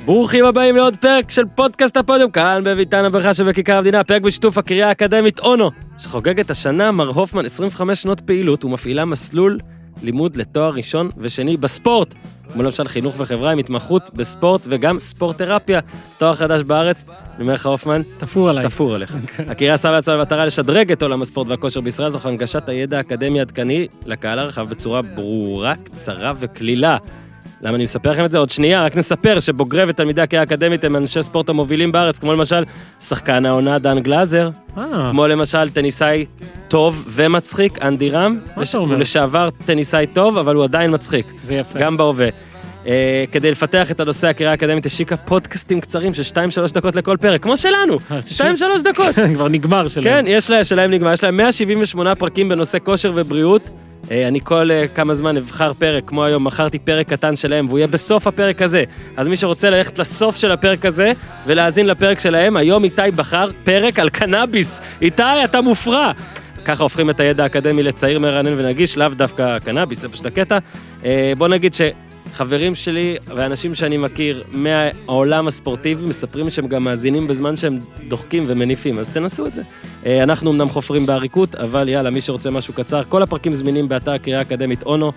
ברוכים הבאים לעוד פרק של פודקאסט הפודיום, כאן בביתן הברכה שבכיכר המדינה, פרק בשיתוף הקריה האקדמית אונו, שחוגגת השנה. מר הופמן 25 שנות פעילות ומפעילה מסלול לימוד לתואר ראשון ושני בספורט, כמו למשל חינוך וחברה עם התמחות בספורט וגם ספורט תרפיה, תואר חדש בארץ. אני אומר לך הופמן, תפור עליך. הקריה שמה לעצמה במטרה לשדרג את עולם הספורט והכושר בישראל תוך הנגשת הידע האקדמי עדכני לקהל הרחב בצורה ברורה, קצרה וכלילה. למה אני מספר לכם את זה? עוד שנייה, רק נספר שבוגרי ותלמידי הקריה האקדמית הם אנשי ספורט המובילים בארץ, כמו למשל שחקן העונה דן גלאזר, כמו למשל טניסאי טוב ומצחיק, אנדי רם, הוא לשעבר טניסאי טוב, אבל הוא עדיין מצחיק. זה יפה. גם בהווה. כדי לפתח את הנושא, הקריה האקדמית השיקה פודקאסטים קצרים של 2-3 דקות לכל פרק, כמו שלנו, 2-3 דקות. כבר נגמר שלהם. כן, שלהם נגמר, יש להם 178 פרקים בנושא כושר ובריאות. אני כל כמה זמן אבחר פרק, כמו היום, מחרתי פרק קטן שלהם, והוא יהיה בסוף הפרק הזה. אז מי שרוצה ללכת לסוף של הפרק הזה, ולהאזין לפרק שלהם, היום איתי בחר פרק על קנאביס. איתי, אתה מופרע. ככה הופכים את הידע האקדמי לצעיר מרענן ונגיש, לאו דווקא קנאביס, זה פשוט הקטע. בוא נגיד שחברים שלי ואנשים שאני מכיר מהעולם הספורטיבי, מספרים שהם גם מאזינים בזמן שהם דוחקים ומניפים, אז תנסו את זה. אנחנו אמנם חופרים בעריקות, אבל יאללה, מי שרוצה משהו קצר, כל הפרקים זמינים באתר הקריה האקדמית אונו,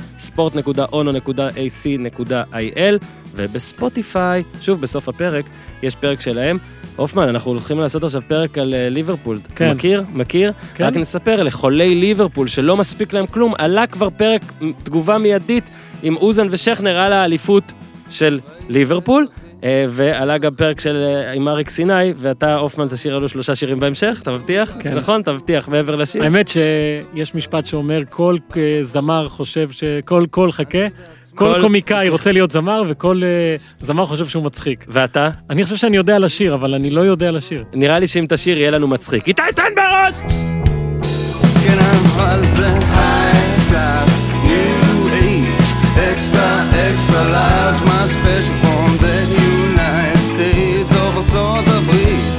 sport.ono.ac.il, ובספוטיפיי, שוב בסוף הפרק, יש פרק שלהם. הופמן, אנחנו הולכים לעשות עכשיו פרק על ליברפול. כן. מכיר? כן. רק נספר לחולי ליברפול שלא מספיק להם כלום, עלה כבר פרק תגובה מיידית עם אוזן ושכנר על האליפות של ליברפול, ועלה גם פרק עם אריק סיני, ואתה, הופמן, תשאיר לנו 3 שירים בהמשך, אתה מבטיח? כן. נכון? תבטיח מעבר לשיר? האמת שיש משפט שאומר, כל זמר חושב כל חכה, כל קומיקאי רוצה להיות זמר, וכל זמר חושב שהוא מצחיק. ואתה? אני חושב שאני יודע לשיר, אבל אני לא יודע לשיר. נראה לי שאם תשיר יהיה לנו מצחיק. איתי, תן בראש! כן, אבל זה high class, new age, extra large, my special from the United States of ארצות הברית.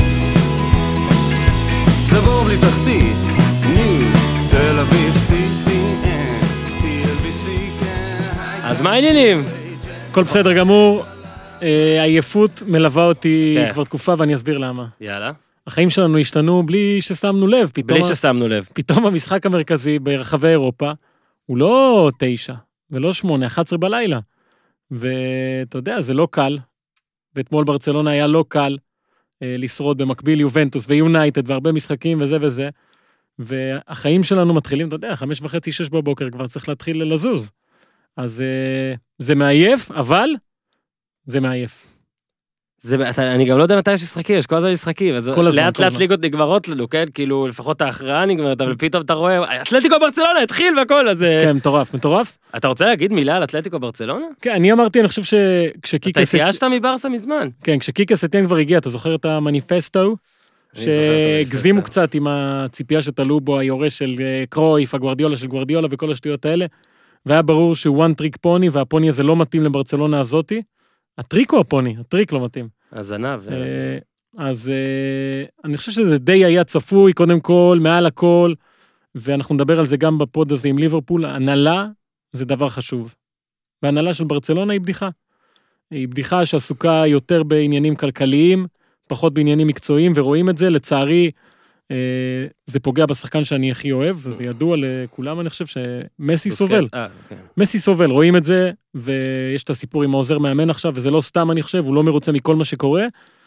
זה בור בלי תחתית, new, תל אביב, CPN, TLBC, כן. אז מה העניינים? הכל בסדר גמור, העייפות מלווה אותי כבר תקופה, ואני אסביר למה. יאללה. החיים שלנו השתנו בלי ששמנו לב. פתאום המשחק המרכזי ברחבי אירופה הוא לא 9 ולא 8, 11 בלילה. ואתה יודע, זה לא קל. ואתמול ברצלונה היה לא קל לשרוד במקביל יובנטוס ויונייטד והרבה משחקים וזה וזה. והחיים שלנו מתחילים, אתה יודע, 5:30-6 בבוקר כבר צריך להתחיל לזוז. אז זה מעייף, אבל זה מעייף. אני גם לא יודע מתי יש משחקים, יש כל הזמן משחקים, אז לאט ליגות נגמרות לנו, כן? כאילו, לפחות ההכרעה נגמרת, אבל פתאום אתה רואה, אתלטיקו ברצלונה התחיל והכל, אז... כן, מטורף. אתה רוצה להגיד מילה על אתלטיקו ברצלונה? כן, אני אמרתי, אני חושב שכשקיקה... אתה התייאשת מברסה מזמן. כן, כשקיקה סטיין כבר הגיע, אתה זוכר את המניפסטו? שהגזימו קצת עם הציפייה שתלו בו היורש של קרויף, הגוארדיולה של גוארדיולה וכל השטויות האלה, והיה ברור שהוא one trick pony, והפוני הזה לא מתאים לברצלונה הזאתי. הטריק הוא הפוני, הטריק לא מתאים. הזנב. אז אני חושב שזה די היה צפוי, קודם כל, מעל הכל, ואנחנו נדבר על זה גם בפוד הזה עם ליברפול, הנהלה זה דבר חשוב. והנהלה של ברצלונה היא בדיחה. היא בדיחה שעסוקה יותר בעניינים כלכליים, פחות בעניינים מקצועיים, ורואים את זה, לצערי, זה פוגע בשחקן שאני הכי אוהב, וזה ידוע לכולם, אני חושב שמסי סובל. מסי סובל, רואים את זה, ויש את הסיפור עם העוזר מאמן עכשיו, וזה לא סתם, אני חושב, הוא לא מרוצה מכל מה שקורה,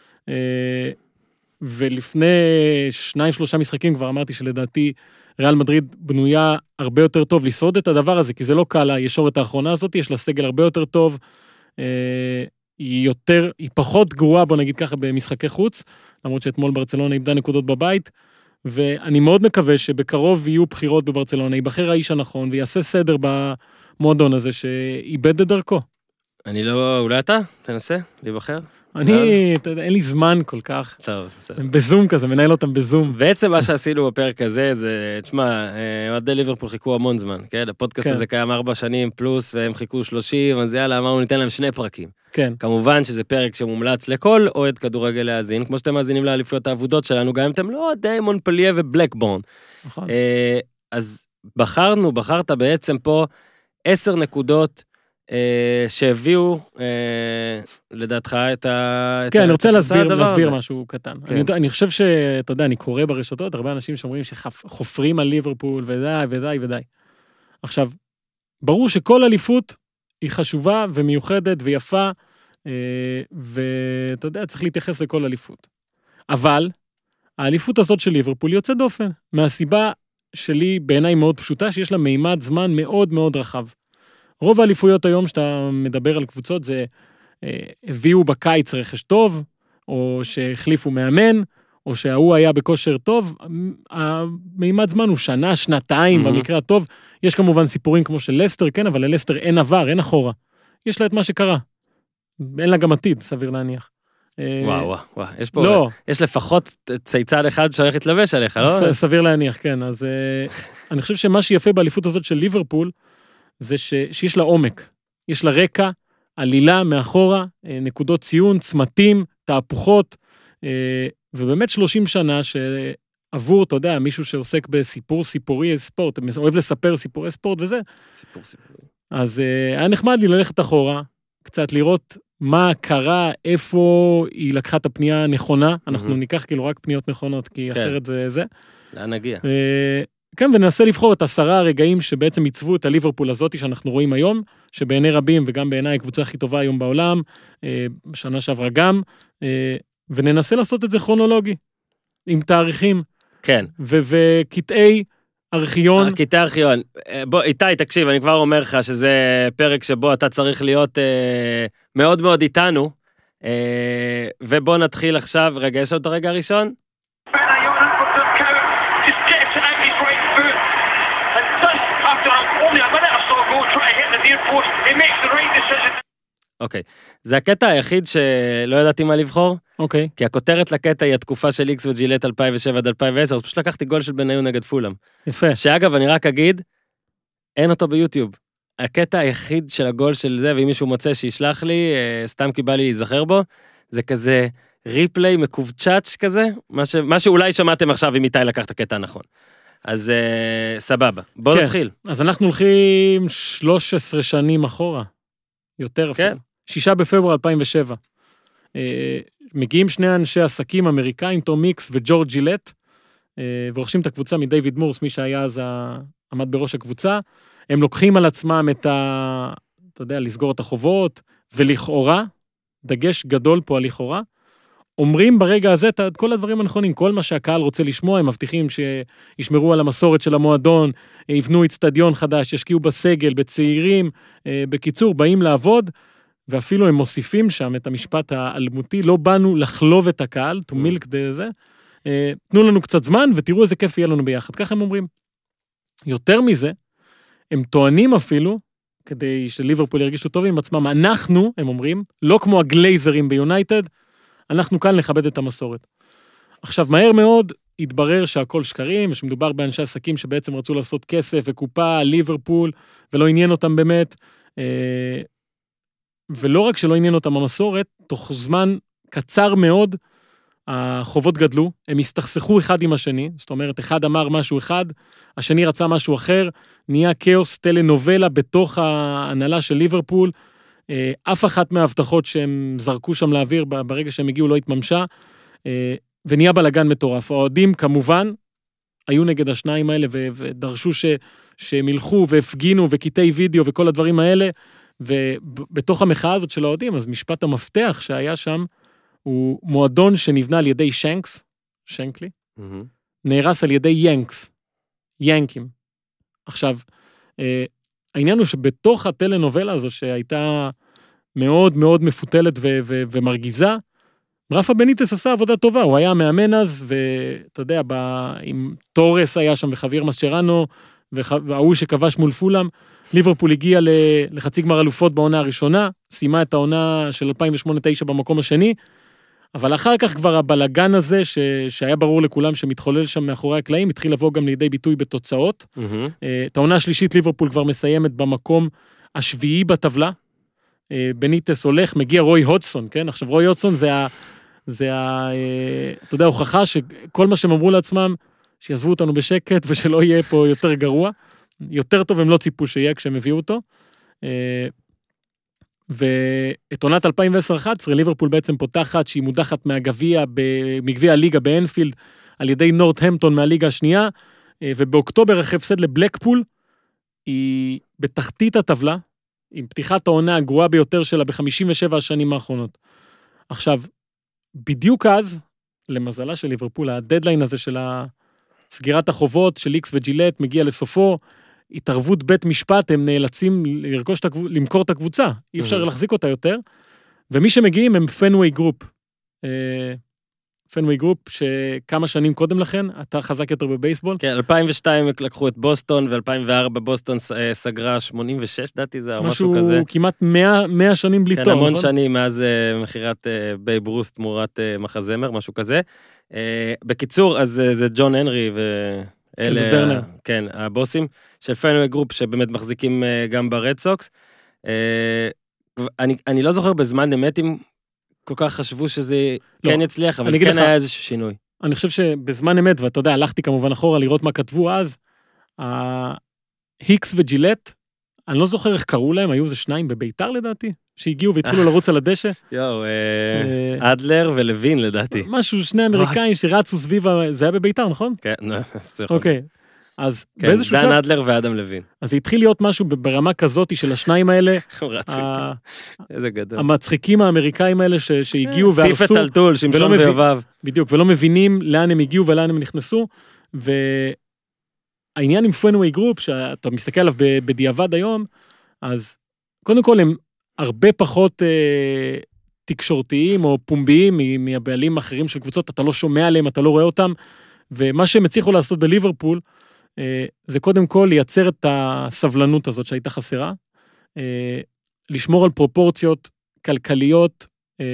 ולפני 2-3 משחקים כבר אמרתי שלדעתי, ריאל מדריד בנויה הרבה יותר טוב לשרוד את הדבר הזה, כי זה לא קל, הישורת האחרונה הזאת, יש לה סגל הרבה יותר טוב, היא פחות גרועה, בוא נגיד ככה, במשחקי חוץ, למרות שאתמול ברצלונה איבדה נקודות בבית, ואני מאוד מקווה שבקרוב יהיו בחירות בברצלונה, ייבחר האיש הנכון, ויעשה סדר במועדון הזה, שאיבד את דרכו. אני לא, אולי אתה? תנסה להיבחר? אין לי זמן כל כך. טוב, בסדר. בזום כזה, מנהל אותם בזום. בעצם מה שעשינו בפרק הזה, זה, תשמע, עדי ליברפול חיכו המון זמן, כן? הפודקאסט הזה קיים 4 שנים פלוס, והם חיכו 30, אז יאללה, אמרנו, ניתן להם 2 פרקים. כן. כמובן שזה פרק שמומלץ לכל אוהד כדורגל להאזין, כמו שאתם מאזינים לאליפויות העבודות שלנו, גם אם אתם לא אוהדי מונפליה ובלקבורן. נכון. אז בחרת בעצם פה 10 נקודות שהביאו, לדעתך, את כן, אני רוצה הדבר להסביר הזה. משהו קטן. כן. אני חושב שאתה יודע, אני קורא ברשתות, הרבה אנשים שאומרים שחופרים על ליברפול, ודי. עכשיו, ברור שכל אליפות היא חשובה ומיוחדת ויפה, ואתה יודע, צריך להתייחס לכל אליפות. אבל, האליפות הזאת של ליברפול יוצא דופן, מהסיבה שלי בעיניי מאוד פשוטה, שיש לה מימד זמן מאוד מאוד רחב. רוב האליפויות היום שאתה מדבר על קבוצות זה הביאו בקיץ רכש טוב, או שהחליפו מאמן, או שההוא היה בכושר טוב, המימד זמן הוא שנה, שנתיים, במקרה הטוב. יש כמובן סיפורים כמו של לסטר, כן, אבל ללסטר אין עבר, אין אחורה. יש לה את מה שקרה. אין לה גם עתיד, סביר להניח. וואו, יש פה, לא. יש לפחות צייצן אחד שהולך להתלבש עליך, לא? סביר להניח, כן. אז אני חושב שמה שיפה באליפות הזאת של ליברפול, זה שיש לה עומק. יש לה רקע, עלילה מאחורה, נקודות ציון, צמתים, תהפוכות, ובאמת 30 שנה שעבור, אתה יודע, מישהו שעוסק סיפורי ספורט, אוהב לספר סיפורי ספורט וזה. סיפורי. אז היה נחמד לי ללכת אחורה, קצת לראות מה קרה, איפה היא לקחה את הפנייה הנכונה, אנחנו ניקח כאילו רק פניות נכונות, כי אחרת זה. לאן נגיע? כן, וננסה לבחור את 10 הרגעים שבעצם ייצבו את הליברפול הזאת שאנחנו רואים היום, שבעיני רבים וגם בעיניי הקבוצה הכי טובה היום בעולם, בשנה שעברה גם, וננסה לעשות את זה כרונולוגי, עם תאריכים. כן. וקטעי ארכיון. קטעי ארכיון. בוא, איתי, תקשיב, אני כבר אומר לך שזה פרק שבו אתה צריך להיות מאוד מאוד איתנו, ובוא נתחיל עכשיו, רגע, יש עוד את הרגע הראשון? אוקיי, זה הקטע היחיד שלא ידעתי מה לבחור, אוקיי. כי הכותרת לקטע היא התקופה של איקס וג'ילט 2007 עד 2010, אז פשוט לקחתי גול של בניון נגד פולאם. יפה. שאגב, אני רק אגיד, אין אותו ביוטיוב. הקטע היחיד של הגול של זה, ואם מישהו מוצא שישלח לי, סתם כי בא לי להיזכר בו, זה כזה ריפליי מקובצ'אץ' כזה, מה שאולי שמעתם עכשיו אם איתי לקח את הקטע הנכון. אז סבבה, בואו נתחיל. אז אנחנו הולכים 13 שנים אחורה, יותר אפילו. 6 בפברואר 2007. מגיעים שני אנשי עסקים אמריקאים, תום מיקס וג'ורג' ג'ילט, ורוכשים את הקבוצה מדייוויד מורס, מי שהיה אז עמד בראש הקבוצה. הם לוקחים על עצמם אתה יודע, לסגור את החובות, ולכאורה, דגש גדול פה על לכאורה, אומרים ברגע הזה את כל הדברים הנכונים, כל מה שהקהל רוצה לשמוע, הם מבטיחים שישמרו על המסורת של המועדון, יבנו אצטדיון חדש, ישקיעו בסגל, בצעירים, בקיצור, באים לעבוד, ואפילו הם מוסיפים שם את המשפט האלמותי, לא באנו לחלוב את הקהל, to milk זה, תנו לנו קצת זמן, ותראו איזה כיף יהיה לנו ביחד, ככה הם אומרים. יותר מזה, הם טוענים אפילו, כדי שליברפול ירגישו טוב עם עצמם, אנחנו, הם אומרים, לא כמו הגלייזרים ביונייטד, אנחנו כאן לכבד את המסורת. עכשיו, מהר מאוד התברר שהכל שקרים, ושמדובר באנשי עסקים שבעצם רצו לעשות כסף וקופה, ליברפול, ולא עניין אותם באמת, ולא רק שלא עניין אותם המסורת, תוך זמן קצר מאוד, החובות גדלו, הם הסתכסכו אחד עם השני, זאת אומרת, אחד אמר משהו אחד, השני רצה משהו אחר, נהיה כאוס טלנובלה בתוך ההנהלה של ליברפול, אף אחת מההבטחות שהם זרקו שם לאוויר ברגע שהם הגיעו לא התממשה, ונהיה בלגן מטורף. האוהדים כמובן היו נגד השניים האלה ודרשו שהם ילכו והפגינו וקטעי וידאו וכל הדברים האלה, ובתוך המחאה הזאת של האוהדים, אז משפט המפתח שהיה שם, הוא מועדון שנבנה על ידי שנקלי, נהרס על ידי ינקים. עכשיו, העניין הוא שבתוך הטלנובלה הזו שהייתה מאוד מאוד מפותלת ומרגיזה, רפה בניטס עשה עבודה טובה, הוא היה מאמן אז, ואתה יודע, עם טורס היה שם וחביר מסצ'רנו, והוא שכבש מול פולאם, ליברפול הגיע לחצי גמר אלופות בעונה הראשונה, סיימה את העונה של 2008-2009 במקום השני, אבל אחר כך כבר הבלגן הזה, שהיה ברור לכולם שמתחולל שם מאחורי הקלעים, התחיל לבוא גם לידי ביטוי בתוצאות. את העונה השלישית ליברפול כבר מסיימת במקום השביעי בטבלה. בניטס הולך, מגיע רוי הודסון, כן? עכשיו רוי הודסון זה אתה יודע, הוכחה שכל מה שהם אמרו לעצמם, שיעזבו אותנו בשקט ושלא יהיה פה יותר גרוע. יותר טוב הם לא ציפו שיהיה כשהם הביאו אותו. ואת עונת 2010-2011, ליברפול בעצם פותחת שהיא מודחת מגביע הליגה באנפילד, על ידי נורת'המפטון מהליגה השנייה, ובאוקטובר אחרי הפסד לבלקפול, היא בתחתית הטבלה, עם פתיחת העונה הגרועה ביותר שלה ב-57 השנים האחרונות. עכשיו, בדיוק אז, למזלה של ליברפול, הדדליין הזה של סגירת החובות של איקס וג'ילט מגיע לסופו, התערבות בית משפט, הם נאלצים למכור את הקבוצה, אי אפשר להחזיק אותה יותר, ומי שמגיעים הם פנווי גרופ. פנווי גרופ, שכמה שנים קודם לכן, אתה חזק יותר בבייסבול. כן, 2002 לקחו את בוסטון, ו-2004 בוסטון סגרה 86, דעתי זה, או משהו כזה. משהו כמעט 100 שנים בלי תור. כן, המון שנים מאז מכירת בייב רות תמורת מחזמר, משהו כזה. בקיצור, אז זה ג'ון הנרי ואלה, כן, הבוסים של פנווי גרופ, שבאמת מחזיקים גם ברד סוקס. אני לא זוכר בזמן אמת אם כל כך חשבו שזה כן יצליח, אבל כן היה איזשהו שינוי. אני חושב שבזמן אמת, ואתה יודע, הלכתי כמובן אחורה לראות מה כתבו אז, היקס וג'ילט, אני לא זוכר איך קראו להם, היו זה שניים בביתר לדעתי, שהגיעו והתחילו לרוץ על הדשא. יואו, אדלר ולוין לדעתי. משהו, שני אמריקאים שרצו סביב, זה היה בביתר, נכון? כן, זה יכול. אוקיי. אז כן, דן אדלר ואדם לוין. אז זה התחיל להיות משהו ברמה כזאת של השניים האלה. איזה גדול. המצחיקים האמריקאים האלה שהגיעו והרסו. פיפה טלטול, שמשון ויובב. בדיוק, ולא מבינים לאן הם הגיעו ולאן הם נכנסו. והעניין עם פנווי גרופ, שאתה מסתכל עליו בדיעבד היום, אז קודם כל הם הרבה פחות תקשורתיים או פומביים מהבעלים האחרים של קבוצות, אתה לא שומע עליהם, אתה לא רואה אותם. ומה שהם הצליחו לעשות בליברפול, זה קודם כל לייצר את הסבלנות הזאת שהייתה חסרה, לשמור על פרופורציות כלכליות,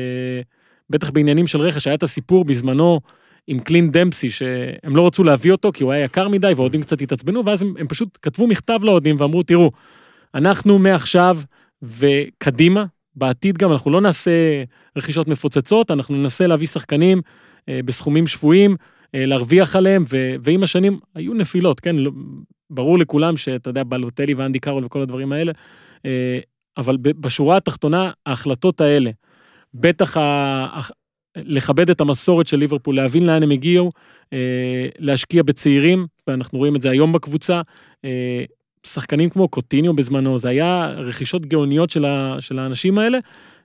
בטח בעניינים של רכש, היה את הסיפור בזמנו עם קלין דמפסי, שהם לא רצו להביא אותו, כי הוא היה יקר מדי, והעודים קצת התעצבנו, ואז הם פשוט כתבו מכתב לעודים, ואמרו, תראו, אנחנו מעכשיו וקדימה, בעתיד גם, אנחנו לא נעשה רכישות מפוצצות, אנחנו ננסה להביא שחקנים בסכומים שפויים, להרוויח עליהם, ועם השנים היו נפילות, כן? ברור לכולם שאתה יודע, בלוטלי ואנדי קארול וכל הדברים האלה, אבל בשורה התחתונה, ההחלטות האלה, בטח לכבד את המסורת של ליברפול, להבין לאן הם הגיעו, להשקיע בצעירים, ואנחנו רואים את זה היום בקבוצה, שחקנים כמו קוטיניו בזמנו, זה היה רכישות גאוניות של האנשים האלה,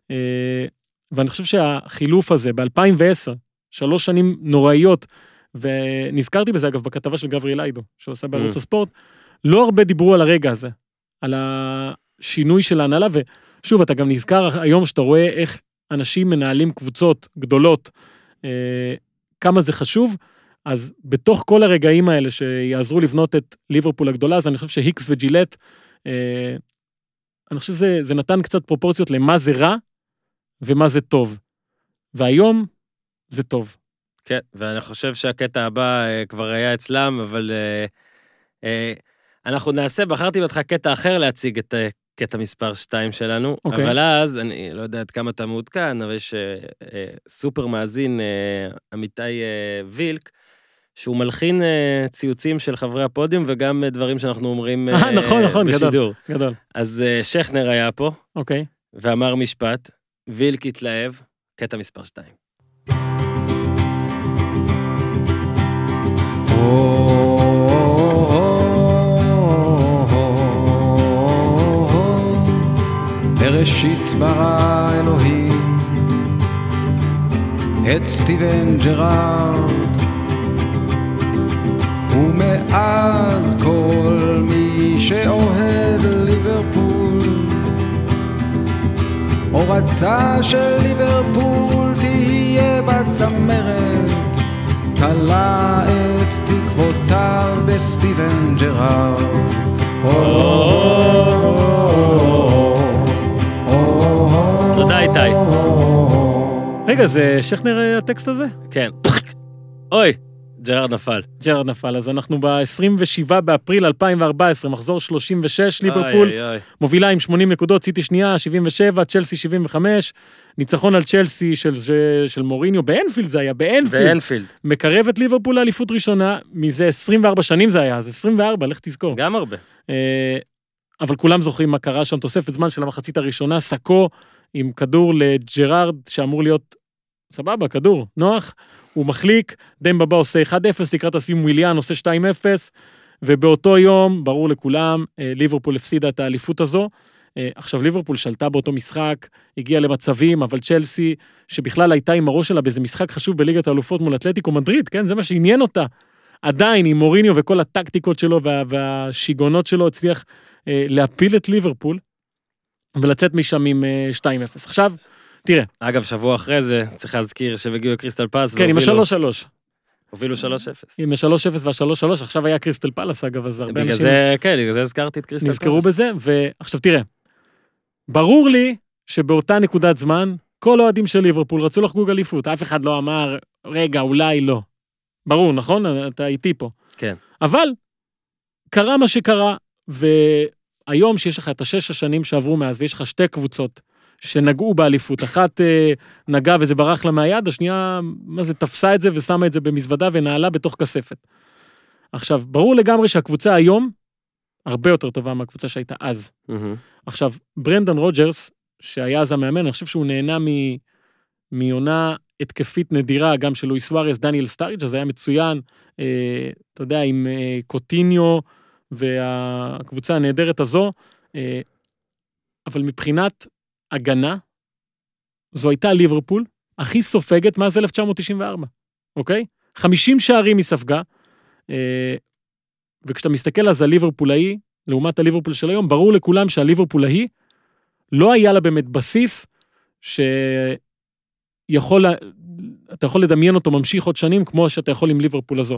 ואני חושב שהחילוף הזה ב-2010, 3 שנים נוראיות, ונזכרתי בזה אגב בכתבה של גבריאל איידו, שעושה בערוץ הספורט, לא הרבה דיברו על הרגע הזה, על השינוי של ההנהלה, ושוב, אתה גם נזכר היום שאתה רואה איך אנשים מנהלים קבוצות גדולות, כמה זה חשוב, אז בתוך כל הרגעים האלה שיעזרו לבנות את ליברפול הגדולה, אז אני חושב שהיקס וג'ילט, אני חושב שזה נתן קצת פרופורציות למה זה רע, ומה זה טוב. והיום, זה טוב. כן, ואני חושב שהקטע הבא כבר היה אצלם, אבל אנחנו נעשה, בחרתי בתך קטע אחר להציג את קטע מספר 2 שלנו, אבל אז, אני לא יודע עד כמה אתה מעודכן, אבל יש סופר מאזין, אמיתי וילק, שהוא מלחין ציוצים של חברי הפודיום, וגם דברים שאנחנו אומרים נכון, בשידור. גדול. אז שכנר היה פה, ואמר משפט, וילק התלהב, קטע מספר 2. בראשית ברא אלוהים את סטיבן ג'רארד, ומאז כל מי שאוהד ליברפול או רצה שליברפול תהיה בצמרת, תלה את תקוותיו בסטיבן ג'רארד. תודה איתי. רגע, זה שכנר הטקסט הזה? כן. אוי, ג'רארד נפל. אז אנחנו ב-27 באפריל 2014, מחזור 36, ליברפול, מובילה עם 80 נקודות, סיטי שנייה, 77, צ'לסי 75, ניצחון על צ'לסי של מוריניו, באנפילד זה היה, באנפילד. מקרב את ליברפול לאליפות ראשונה, מזה 24 שנים זה היה, אז 24, לך תזכור. גם הרבה. אבל כולם זוכרים מה קרה שם, תוספת זמן של המחצית הראשונה, סקו עם כדור לג'רארד, שאמור להיות, סבבה, כדור, נוח, הוא מחליק, דמבבה עושה 1-0, לקראת הסיום וויליאן עושה 2-0, ובאותו יום, ברור לכולם, ליברפול הפסידה את האליפות הזו, עכשיו ליברפול שלטה באותו משחק, הגיעה למצבים, אבל צ'לסי, שבכלל הייתה עם הראש שלה באיזה משחק חשוב בליגת האלופות מול אתלטיקו מדריד, כן? זה מה שעניין אותה. עדיין, עם מוריניו וכל הטקטיקות שלו והשיגונות שלו, הצליח להפיל את ליברפול, ולצאת משם עם 2-0. עכשיו, תראה. אגב, שבוע אחרי זה, צריך להזכיר שהגיעו קריסטל פלאס. כן, עם ה-3-3. הובילו 3-0. עם ה-3-0 וה-3-3, עכשיו היה קריסטל פלאס, אגב, אז הרבה אנשים... כן, בגלל זה הזכרתי את קריסטל פלאס. נזכרו בזה, ועכשיו תראה, ברור לי שבאותה נקודת זמן, כל האוהדים של ליברפול רצו לחגוג אליפות, אף אחד לא אמר, רגע, אולי לא. ברור, נכון? אתה איתי פה. כן. אבל, קרה מה שקרה, והיום שיש לך את 6 השנים שעברו מאז, ויש לך 2 קבוצות שנגעו באליפות, אחת נגעה וזה ברח לה מהיד, השנייה, מה זה, תפסה את זה ושמה את זה במזוודה ונעלה בתוך כספת. עכשיו, ברור לגמרי שהקבוצה היום, הרבה יותר טובה מהקבוצה שהייתה אז. עכשיו, ברנדון רוג'רס, שהיה אז המאמן, אני חושב שהוא נהנה מעונה התקפית נדירה, גם של לואיס סוארס, דניאל סטאריג', אז היה מצוין, אתה יודע, עם קוטיניו, והקבוצה הנהדרת הזו, אבל מבחינת הגנה, זו הייתה ליברפול, הכי סופגת מאז 1994, אוקיי? 50 שערים היא ספגה, וכשאתה מסתכל אז הליברפול ההיא, לעומת הליברפול של היום, ברור לכולם שהליברפול ההיא, לא היה לה באמת בסיס, אתה יכול לדמיין אותו ממשיך עוד שנים, כמו שאתה יכול עם ליברפול הזו.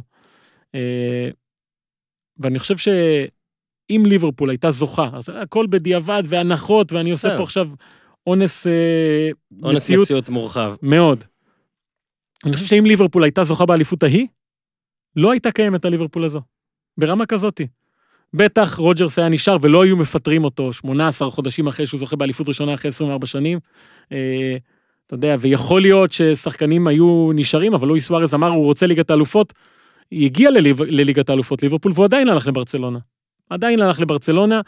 ואני חושב שאם ליברפול הייתה זוכה, אז הכל בדיעבד והנחות, ואני עושה פה עכשיו אונס מציאות מורחב. מאוד. אני חושב שאם ליברפול הייתה זוכה באליפות ההיא, לא הייתה קיימת הליברפול הזו. ברמה כזאת. בטח רוג'רס היה נשאר, ולא היו מפטרים אותו 18 חודשים אחרי שהוא זוכה באליפות ראשונה אחרי 24 שנים. אתה יודע, ויכול להיות ששחקנים היו נשארים, אבל לואיס סוארס אמר, הוא רוצה ליגת האלופות, היא הגיעה לליגת האלופות ליברפול, והוא עדיין הלך לברצלונה.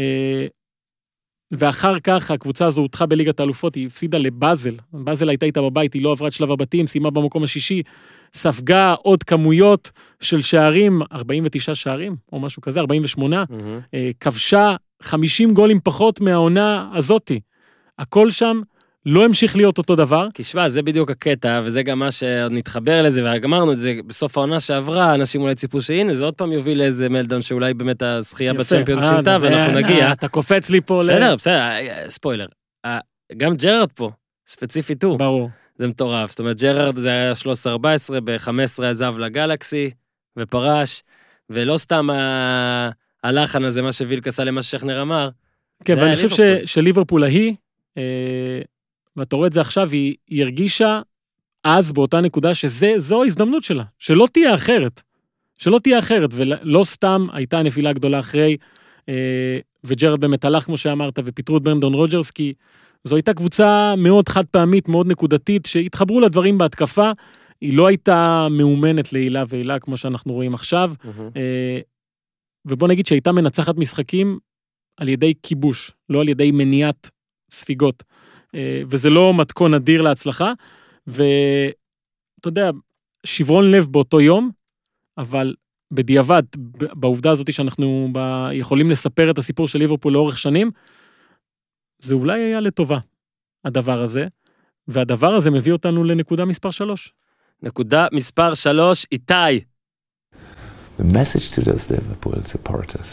ואחר כך הקבוצה הזו הותחה בליגת האלופות, היא הפסידה לבאזל. באזל הייתה איתה בבית, היא לא עברה את שלב הבתים, סיימה במקום השישי, ספגה עוד כמויות של שערים, 49 שערים, או משהו כזה, 48, כבשה 50 גולים פחות מהעונה הזאתי. הכל שם לא המשיך להיות אותו דבר. כי שווה, זה בדיוק הקטע, וזה גם מה שנתחבר לזה, וגמרנו את זה בסוף העונה שעברה, אנשים אולי ציפו שהנה, זה עוד פעם יוביל לאיזה מלדון, שאולי באמת הזכייה בצ'מפיונס שילתה, ואנחנו נגיע. אתה קופץ לי פה בסדר, ספוילר. גם ג'רארד פה, ספציפית הוא. ברור. זה מטורף, זאת אומרת, ג'רארד זה היה 13-14, ב-15 עזב לגלקסי, ופרש, ולא סתם הלחן הזה, מה שווילק עשה למה ששכנר אמר. כן, ואני חושב שליברפול ההיא, ואתה רואה את זה עכשיו, היא הרגישה אז באותה נקודה שזו ההזדמנות שלה, שלא תהיה אחרת, ולא סתם הייתה נפילה גדולה אחרי, וג'רארד באמת הלך כמו שאמרת, ופיטרו את ברנדון רוג'רס, כי זו הייתה קבוצה מאוד חד פעמית, מאוד נקודתית, שהתחברו לדברים בהתקפה, היא לא הייתה מאומנת לעילה ועילה, כמו שאנחנו רואים עכשיו, ובוא נגיד שהייתה מנצחת משחקים על ידי כיבוש, לא על ידי מניעת ספיגות, וזה לא מתכון אדיר להצלחה, ואתה יודע, שברון לב באותו יום, אבל בדיעבד, בעובדה הזאת שאנחנו יכולים לספר את הסיפור של ליברפול לאורך שנים, זה אולי היה לטובה, הדבר הזה, והדבר הזה מביא אותנו לנקודה מספר 3. נקודה מספר 3, איתי. The message to those Liverpool supporters.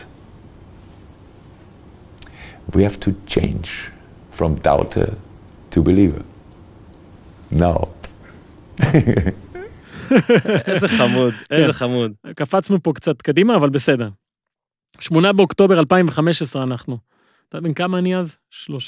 We have to change from doubter to believer. Now. איזה חמוד, איזה חמוד. קפצנו פה קצת קדימה, אבל בסדר. 8 באוקטובר 2015 אנחנו. אתה יודע כמה אני אז?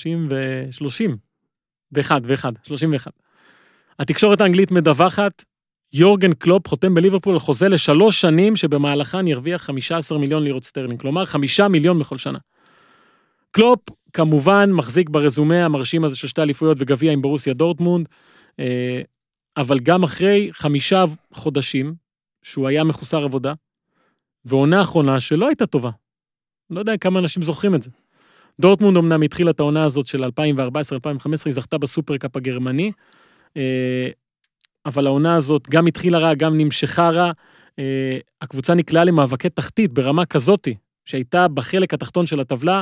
31. התקשורת האנגלית מדווחת, יורגן קלופ חותם בליברפול על חוזה ל3 שנים, שבמהלכן ירוויח 15 מיליון לירות סטרלינג, כלומר 5 מיליון בכל שנה. קלופ כמובן מחזיק ברזומה המרשים הזה של 2 אליפויות וגביע עם ברוסיה דורטמונד, אבל גם אחרי 5 חודשים, שהוא היה מחוסר עבודה, ועונה האחרונה שלא הייתה טובה. לא יודע כמה אנשים זוכרים את זה. דורטמונד אמנם התחילה את העונה הזאת של 2014-2015, היא זכתה בסופרקאפ הגרמני, אבל העונה הזאת גם התחילה רע, גם נמשכה רע, הקבוצה נקלעה למאבקי תחתית ברמה כזאת, שהייתה בחלק התחתון של הטבלה,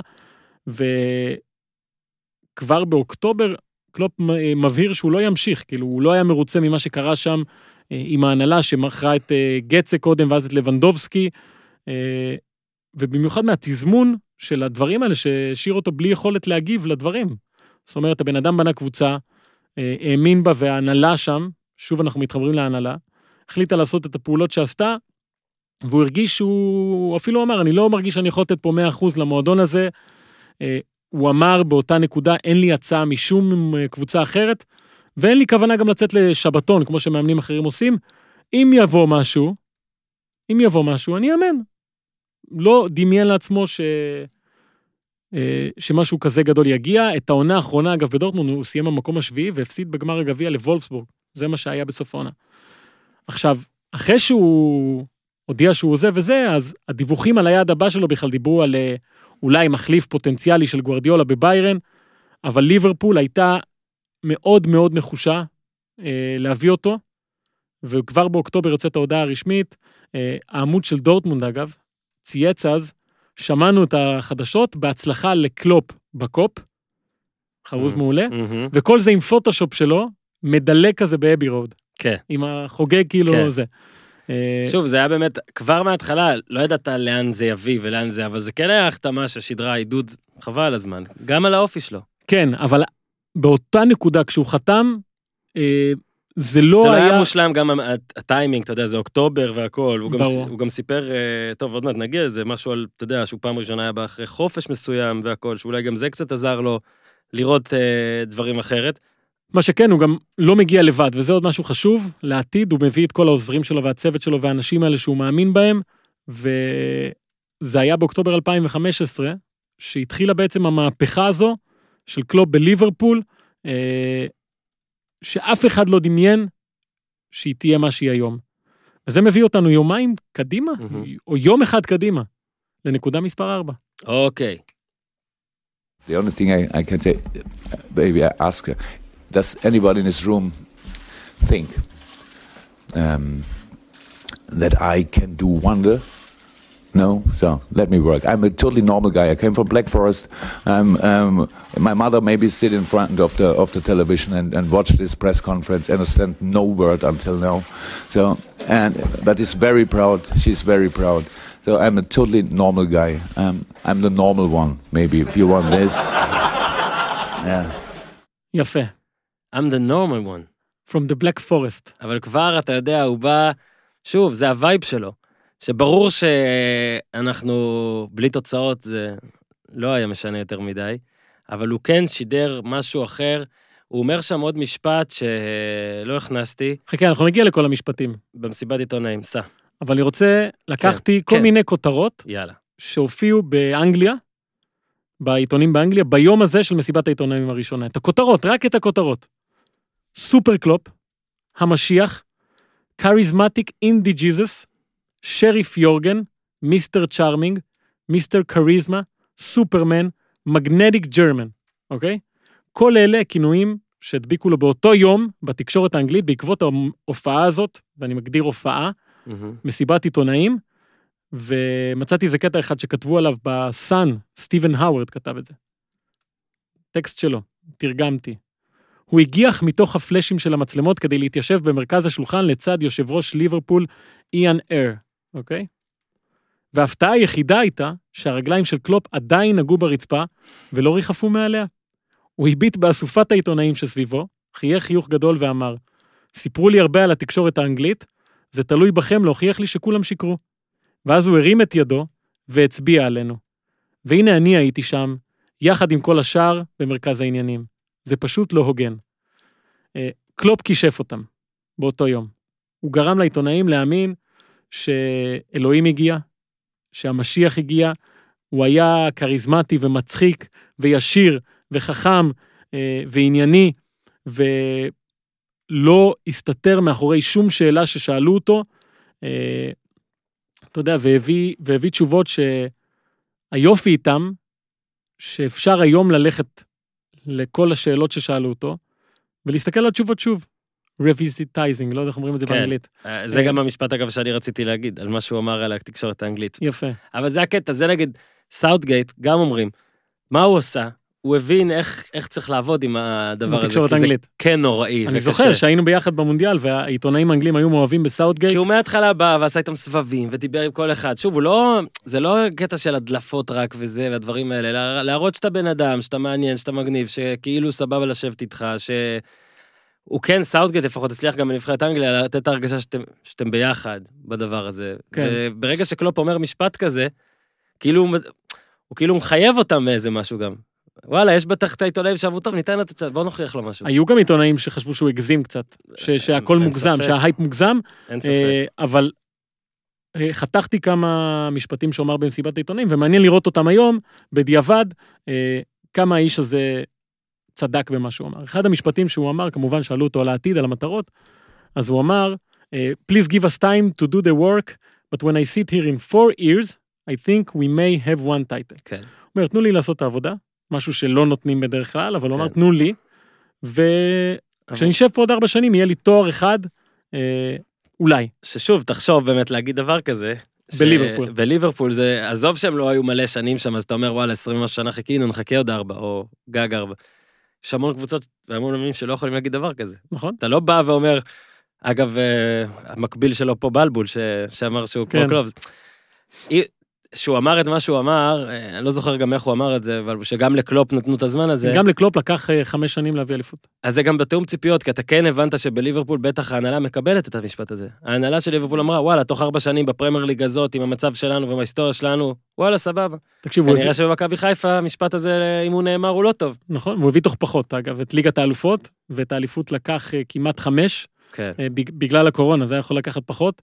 וכבר באוקטובר קלופ מבהיר שהוא לא ימשיך, כאילו הוא לא היה מרוצה ממה שקרה שם, עם ההנהלה שמכרה את גצה קודם, ואז את לבנדובסקי, ובמיוחד מהתזמון של הדברים האלה, שהשאיר אותו בלי יכולת להגיב לדברים. זאת אומרת, הבן אדם בנה קבוצה, האמין בה, וההנהלה שם, שוב אנחנו מתחברים להנהלה, החליטה לעשות את הפעולות שעשתה, והוא הרגיש שהוא, אפילו אמר, אני לא מרגיש שאני יכול לתת פה 100% למועדון הזה, הוא אמר באותה נקודה, אין לי הצעה משום קבוצה אחרת, ואין לי כוונה גם לצאת לשבתון, כמו שמאמנים אחרים עושים, אם יבוא משהו, אני אאמן. לא דמיין לעצמו שמשהו כזה גדול יגיע, את העונה האחרונה, אגב, בדורטמונד, הוא סיים במקום השביעי, והפסיד בגמר הגביע לוולפסבורג, זה מה שהיה בסוף העונה. עכשיו, אחרי שהוא הודיע שהוא זה וזה, אז הדיווחים על היעד הבא שלו בכלל דיברו על אולי מחליף פוטנציאלי של גוארדיולה בביירן, אבל ליברפול הייתה מאוד מאוד נחושה להביא אותו, וכבר באוקטובר יוצאת ההודעה הרשמית, העמוד של דורטמונד אגב, צייץ אז, שמענו את החדשות, בהצלחה לקלופ בקופ, חרוז מעולה, וכל זה עם פוטושופ שלו, מדלק כזה באבי רוד. כן. עם החוגג כאילו זה. שוב, זה היה באמת, כבר מההתחלה, לא ידעת לאן זה יביא ולאן זה, אבל זה כן היה החתמה ששידרה עידוד חבל על הזמן, גם על האופי שלו. כן, אבל באותה נקודה, כשהוא חתם, זה לא היה... זה לא היה מושלם, גם הטיימינג, אתה יודע, זה אוקטובר והכל, הוא גם סיפר, טוב, עוד מעט נגיע, זה משהו על, אתה יודע, שהוא פעם ראשונה היה באחרי חופש מסוים והכל, שאולי גם זה קצת עזר לו לראות דברים אחרת. מה שכן, הוא גם לא מגיע לבד, וזה עוד משהו חשוב, לעתיד, הוא מביא את כל העוזרים שלו והצוות שלו והאנשים האלה שהוא מאמין בהם, וזה היה באוקטובר 2015, שהתחילה בעצם המהפכה הזו, של קלופ בליברפול, שאף אחד לא דמיין שהיא תהיה מה שהיא היום. וזה מביא אותנו יומיים קדימה, או יום אחד קדימה, לנקודה מספר 4. אוקיי. The only thing I can say, baby, I ask her, does anybody in this room think that I can do wonder? No? So, let me work. I'm a totally normal guy. I came from Black Forest. My mother maybe sit in front of the television and watch this press conference, understand no word until now. So, but is very proud. She's very proud. So I'm a totally normal guy. I'm the normal one, maybe, if you want this. Yeah. יפה. I'm the normal one. From the Black Forest. אבל כבר, אתה יודע, הוא בא, שוב, זה הווייב שלו. שברור שאנחנו, בלי תוצאות, זה לא היה משנה יותר מדי, אבל הוא כן שידר משהו אחר, הוא אומר שם עוד משפט שלא הכנסתי. חכה, אנחנו נגיע לכל המשפטים. במסיבת עיתונאים, סע. אבל אני רוצה, לקחתי כל מיני כותרות, יאללה. שהופיעו באנגליה, בעיתונים באנגליה, ביום הזה של מסיבת העיתונאים הראשונה. את הכותרות, רק את הכותרות. סופר קלופ, המשיח, Charismatic Indie Jesus, שריף יורגן, מיסטר צ'ארמינג, מיסטר קריזמה, סופרמן, מגנטיק ג'רמן, אוקיי? כל אלה כינויים שהדביקו לו באותו יום בתקשורת האנגלית, בעקבות ההופעה הזאת, ואני מגדיר הופעה, מסיבת עיתונאים, ומצאתי איזה קטע אחד שכתבו עליו בסן, סטיבן האוורד כתב את זה. טקסט שלו, תרגמתי. הוא הגיח מתוך הפלשים של המצלמות כדי להתיישב במרכז השולחן לצד יושב ראש ליברפול, איאן אר, אוקיי? וההפתעה היחידה הייתה שהרגליים של קלופ עדיין נגעו ברצפה ולא ריחפו מעליה. הוא הביט באסופת העיתונאים שסביבו, חייך חיוך גדול ואמר, סיפרו לי הרבה על התקשורת האנגלית, זה תלוי בכם להוכיח לי שכולם שיקרו. ואז הוא הרים את ידו והצביע עלינו. והנה אני הייתי שם, יחד עם כל השאר במרכז העניינים. זה פשוט לא הוגן. קלופ כישף אותם באותו יום. הוא גרם לעיתונאים להאמין שאלוהים הגיע, שהמשיח הגיע, הוא היה קריזמטי ומצחיק וישיר וחכם וענייני, ולא הסתתר מאחורי שום שאלה ששאלו אותו, אתה יודע, והביא תשובות שהיופי איתם, שאפשר היום ללכת לכל השאלות ששאלו אותו, ולהסתכל על התשובות שוב. revisitizing, לא יודע איך אומרים את זה באנגלית. זה גם המשפט, אגב, שאני רציתי להגיד, על מה שהוא אמר על התקשורת האנגלית. יפה. אבל זה הקטע, זה נגיד, סאוטגייט, גם אומרים, מה הוא עושה? הוא הבין איך צריך לעבוד עם הדבר הזה. בתקשורת האנגלית. כן נוראי. אני זוכר שהיינו ביחד במונדיאל, והעיתונאים האנגלים היו מאוהבים בסאוטגייט. כי הוא מההתחלה בא ועשה איתם סבבים, ודיבר עם כל אחד. שוב, זה לא קטע של הדלפות רק וזה, והדברים האלה, להראות שאתה בן אדם, שאתה מעניין, שאתה מגניב, שכאילו סבבה לשבת איתך, הוא כן, סאוטגייט לפחות הצליח גם בנבחרת אנגליה, לתת את ההרגשה שאתם ביחד בדבר הזה. כן. וברגע שקלופ אומר משפט כזה, הוא כאילו מחייב אותם מאיזה משהו גם. וואלה, יש בטח את העיתונאים שאהבו טוב, ניתן לו את הצד, בוא נוכיח לו משהו. היו גם עיתונאים שחשבו שהוא הגזים קצת, שהכל מוגזם, שההייפ מוגזם, אין ספק. אבל חתכתי כמה משפטים שאומר במסיבת העיתונאים, ומעניין לראות אותם היום, בדיעבד, כמה האיש הזה צדק במה שהוא אמר. אחד המשפטים שהוא אמר, כמובן שאלו אותו על העתיד, על המטרות, אז הוא אמר, please give us time to do the work, but when I sit here in 4 years, I think we may have one title. כן. הוא אומר, תנו לי לעשות את העבודה, משהו שלא נותנים בדרך כלל, אבל הוא אמר, תנו לי, וכשאני אשב פה עוד 4 שנים, יהיה לי תואר אחד, אולי. ששוב, תחשוב באמת להגיד דבר כזה. בליברפול. בליברפול זה, עזוב שהם לא היו מלא שנים שם, אז אתה אומר, וואלה, 20 שנה חיכינו, נחכה עוד 4, או גג 4. יש המון קבוצות והמון אמינים שלא יכולים להגיד דבר כזה. נכון. אתה לא בא ואומר, אגב, המקביל שלו פה בלבול, שאמר שהוא כמו קלוב. שהוא אמר את מה שהוא אמר, אני לא זוכר גם איך הוא אמר את זה, אבל שגם לקלופ נתנו את הזמן הזה. גם לקלופ לקח 5 שנים להביא אליפות. אז זה גם בתאום ציפיות, כי אתה כן הבנת שבליברפול בטח ההנהלה מקבלת את המשפט הזה. ההנהלה של ליברפול אמרה, וואלה, תוך 4 שנים בפרמייר ליג הזאת, עם המצב שלנו ועם ההיסטוריה שלנו, וואלה, סבבה. תקשיבו, כנראה שבמכבי חיפה, המשפט הזה, אם הוא נאמר, הוא לא טוב. נכון, הוא הביא תוך פחות, אגב, את ליגת האלופות, ואת האליפות לקח כמעט 5, בגלל הקורונה, זה יכול לקחת פחות,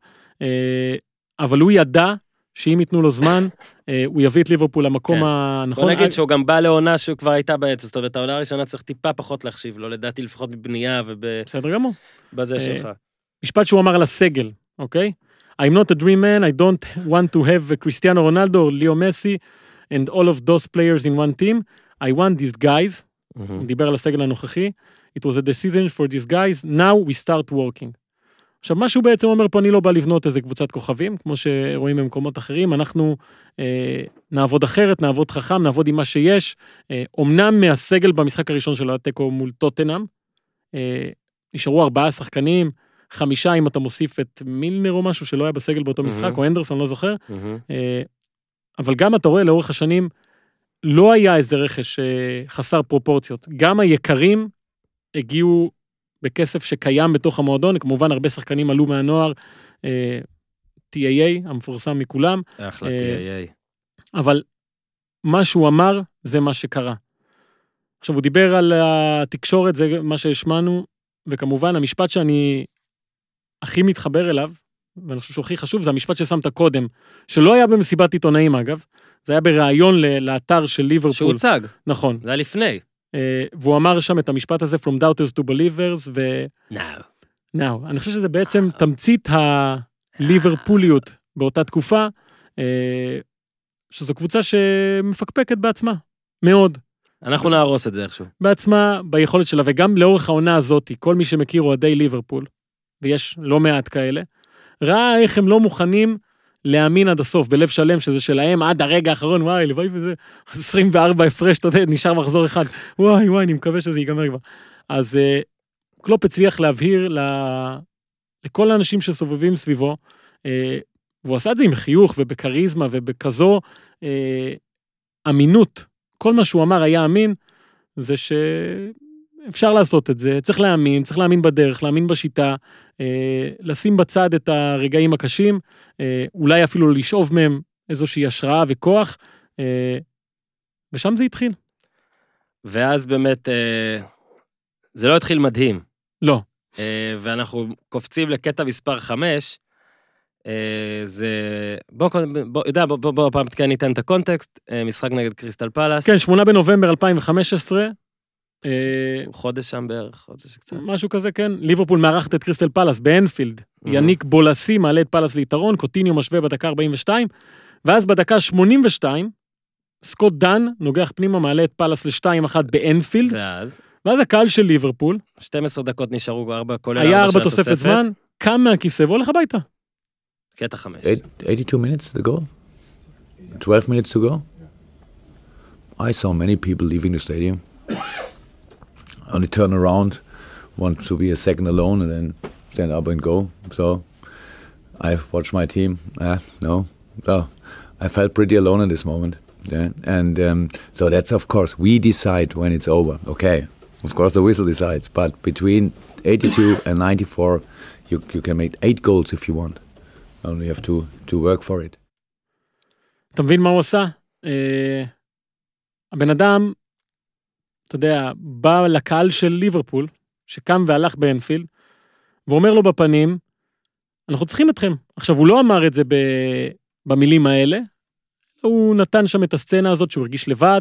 אבל הוא ידע שאם ייתנו לו זמן, הוא יביא את ליברפול למקום הנכון. בוא נגיד שהוא גם בא לעונה שהוא כבר הייתה בעץ, זאת אומרת, העונה הראשונה צריך טיפה פחות להחשיב לו, לדעתי לפחות בבנייה בסדר גמור. בזה שלך. משפט שהוא אמר על הסגל, אוקיי? I'm not a dream man, I don't want to have Cristiano Ronaldo or Leo Messi and all of those players in one team. I want these guys. הוא דיבר על הסגל הנוכחי. It was a decision for these guys. Now we start working. עכשיו, מה שהוא בעצם אומר פה, אני לא בא לבנות איזה קבוצת כוכבים, כמו שרואים במקומות אחרים, אנחנו נעבוד אחרת, נעבוד חכם, נעבוד עם מה שיש, אומנם מהסגל במשחק הראשון של התיקו מול טוטנהאם, נשארו 4 שחקנים, 5 אם אתה מוסיף את מילנר או משהו שלא היה בסגל באותו משחק, או אנדרסון, לא זוכר, אבל גם אתה רואה לאורך השנים, לא היה איזה רכש חסר פרופורציות, גם היקרים הגיעו בכסף שקיים בתוך המועדון, כמובן הרבה שחקנים עלו מהנוער, TAA, המפורסם מכולם. אחלה TAA. אבל מה שהוא אמר, זה מה שקרה. עכשיו, הוא דיבר על התקשורת, זה מה שהשמענו, וכמובן, המשפט שאני הכי מתחבר אליו, ואני חושב שהוא הכי חשוב, זה המשפט ששמת קודם, שלא היה במסיבת עיתונאים, אגב, זה היה בראיון לאתר של ליברפול. שהוצג. נכון. זה היה לפני. והוא אמר שם את המשפט הזה, From doubters to believers, Now. אני חושב שזה בעצם תמצית הליברפוליות באותה תקופה, שזו קבוצה שמפקפקת בעצמה, מאוד. אנחנו נהרוס את זה איכשהו. בעצמה, ביכולת שלה, וגם לאורך העונה הזאת, כל מי שמכיר אוהדי ליברפול, ויש לא מעט כאלה, ראה איך הם לא מוכנים להאמין עד הסוף, בלב שלם שזה שלהם, עד הרגע האחרון, וואי, לוואי וזה, 24 הפרש, אתה יודע, נשאר מחזור אחד, וואי, אני מקווה שזה ייגמר כבר. אז קלופ הצליח להבהיר לכל האנשים שסובבים סביבו, והוא עשה את זה עם חיוך ובקריזמה ובכזו אמינות. כל מה שהוא אמר היה אמין, זה שאפשר לעשות את זה, צריך להאמין בדרך, להאמין בשיטה, לשים בצד את הרגעים הקשים, אולי אפילו לשאוב מהם איזושהי השראה וכוח, ושם זה התחיל. ואז באמת, זה לא התחיל מדהים. לא. ואנחנו קופצים לקטע מספר 5, זה, בוא פעם תקן ניתן את הקונטקסט, משחק נגד קריסטל פלאס. כן, 8 בנובמבר 2015. חודש שם בערך, חודש קצת. משהו כזה, כן. ליברפול מארחת את קריסטל פלאס באנפילד. יניק בולסי מעלה את פלאס ליתרון, קוטיניו משווה בדקה 42, ואז בדקה 82, סקוט דן נוגח פנימה, מעלה את פלס ל-2-1 באנפילד, ואז הקהל של ליברפול, 12 דקות נשארו, היה 4 תוספת זמן, קם מהכיסא והולך הביתה. קטע 5. 82 minutes to go? 12 minutes to go? I saw many people leaving the stadium. Only turn around, want to be a second alone, and then stand up and go. So I watched my team. No. So I felt pretty alone in this moment. Yeah. And so that's, of course, we decide when it's over. Okay. Of course, the whistle decides. But between 82 and 94, you can make 8 goals if you want. Only have to work for it. אתה מבין מה הוא עשה? הבן אדם, אתה יודע, בא לקהל של ליברפול, שקם והלך באנפילד, ואומר לו בפנים, אנחנו צריכים אתכם. עכשיו, הוא לא אמר את זה במילים האלה, הוא נתן שם את הסצנה הזאת שהוא הרגיש לבד,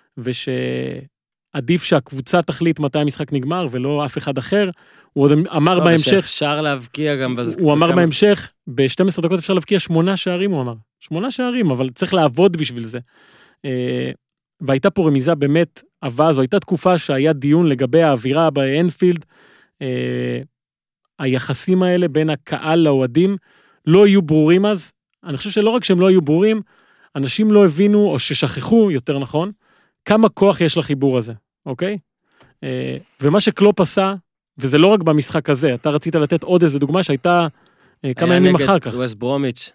ושעדיף שהקבוצה תחליט מתי המשחק נגמר, ולא אף אחד אחר. הוא עוד אמר בהמשך... אפשר להבקיע גם... הוא אמר בהמשך, ב-12 דקות אפשר להבקיע 8 שערים, הוא אמר. 8 שערים, אבל צריך לעבוד בשביל זה. והייתה פה רמיזה באמת עבה, זו הייתה תקופה שהיה דיון לגבי האווירה באנפילד, היחסים האלה בין הקהל לאוהדים לא יהיו ברורים אז, אני חושב שלא רק שהם לא יהיו ברורים, אנשים לא הבינו, או ששכחו יותר נכון, כמה כוח יש לחיבור הזה, אוקיי? ומה שקלופ עשה, וזה לא רק במשחק הזה, אתה רצית לתת עוד איזו דוגמה שהייתה כמה ימים אחר כך. היה נגד ווסט ברומיץ'.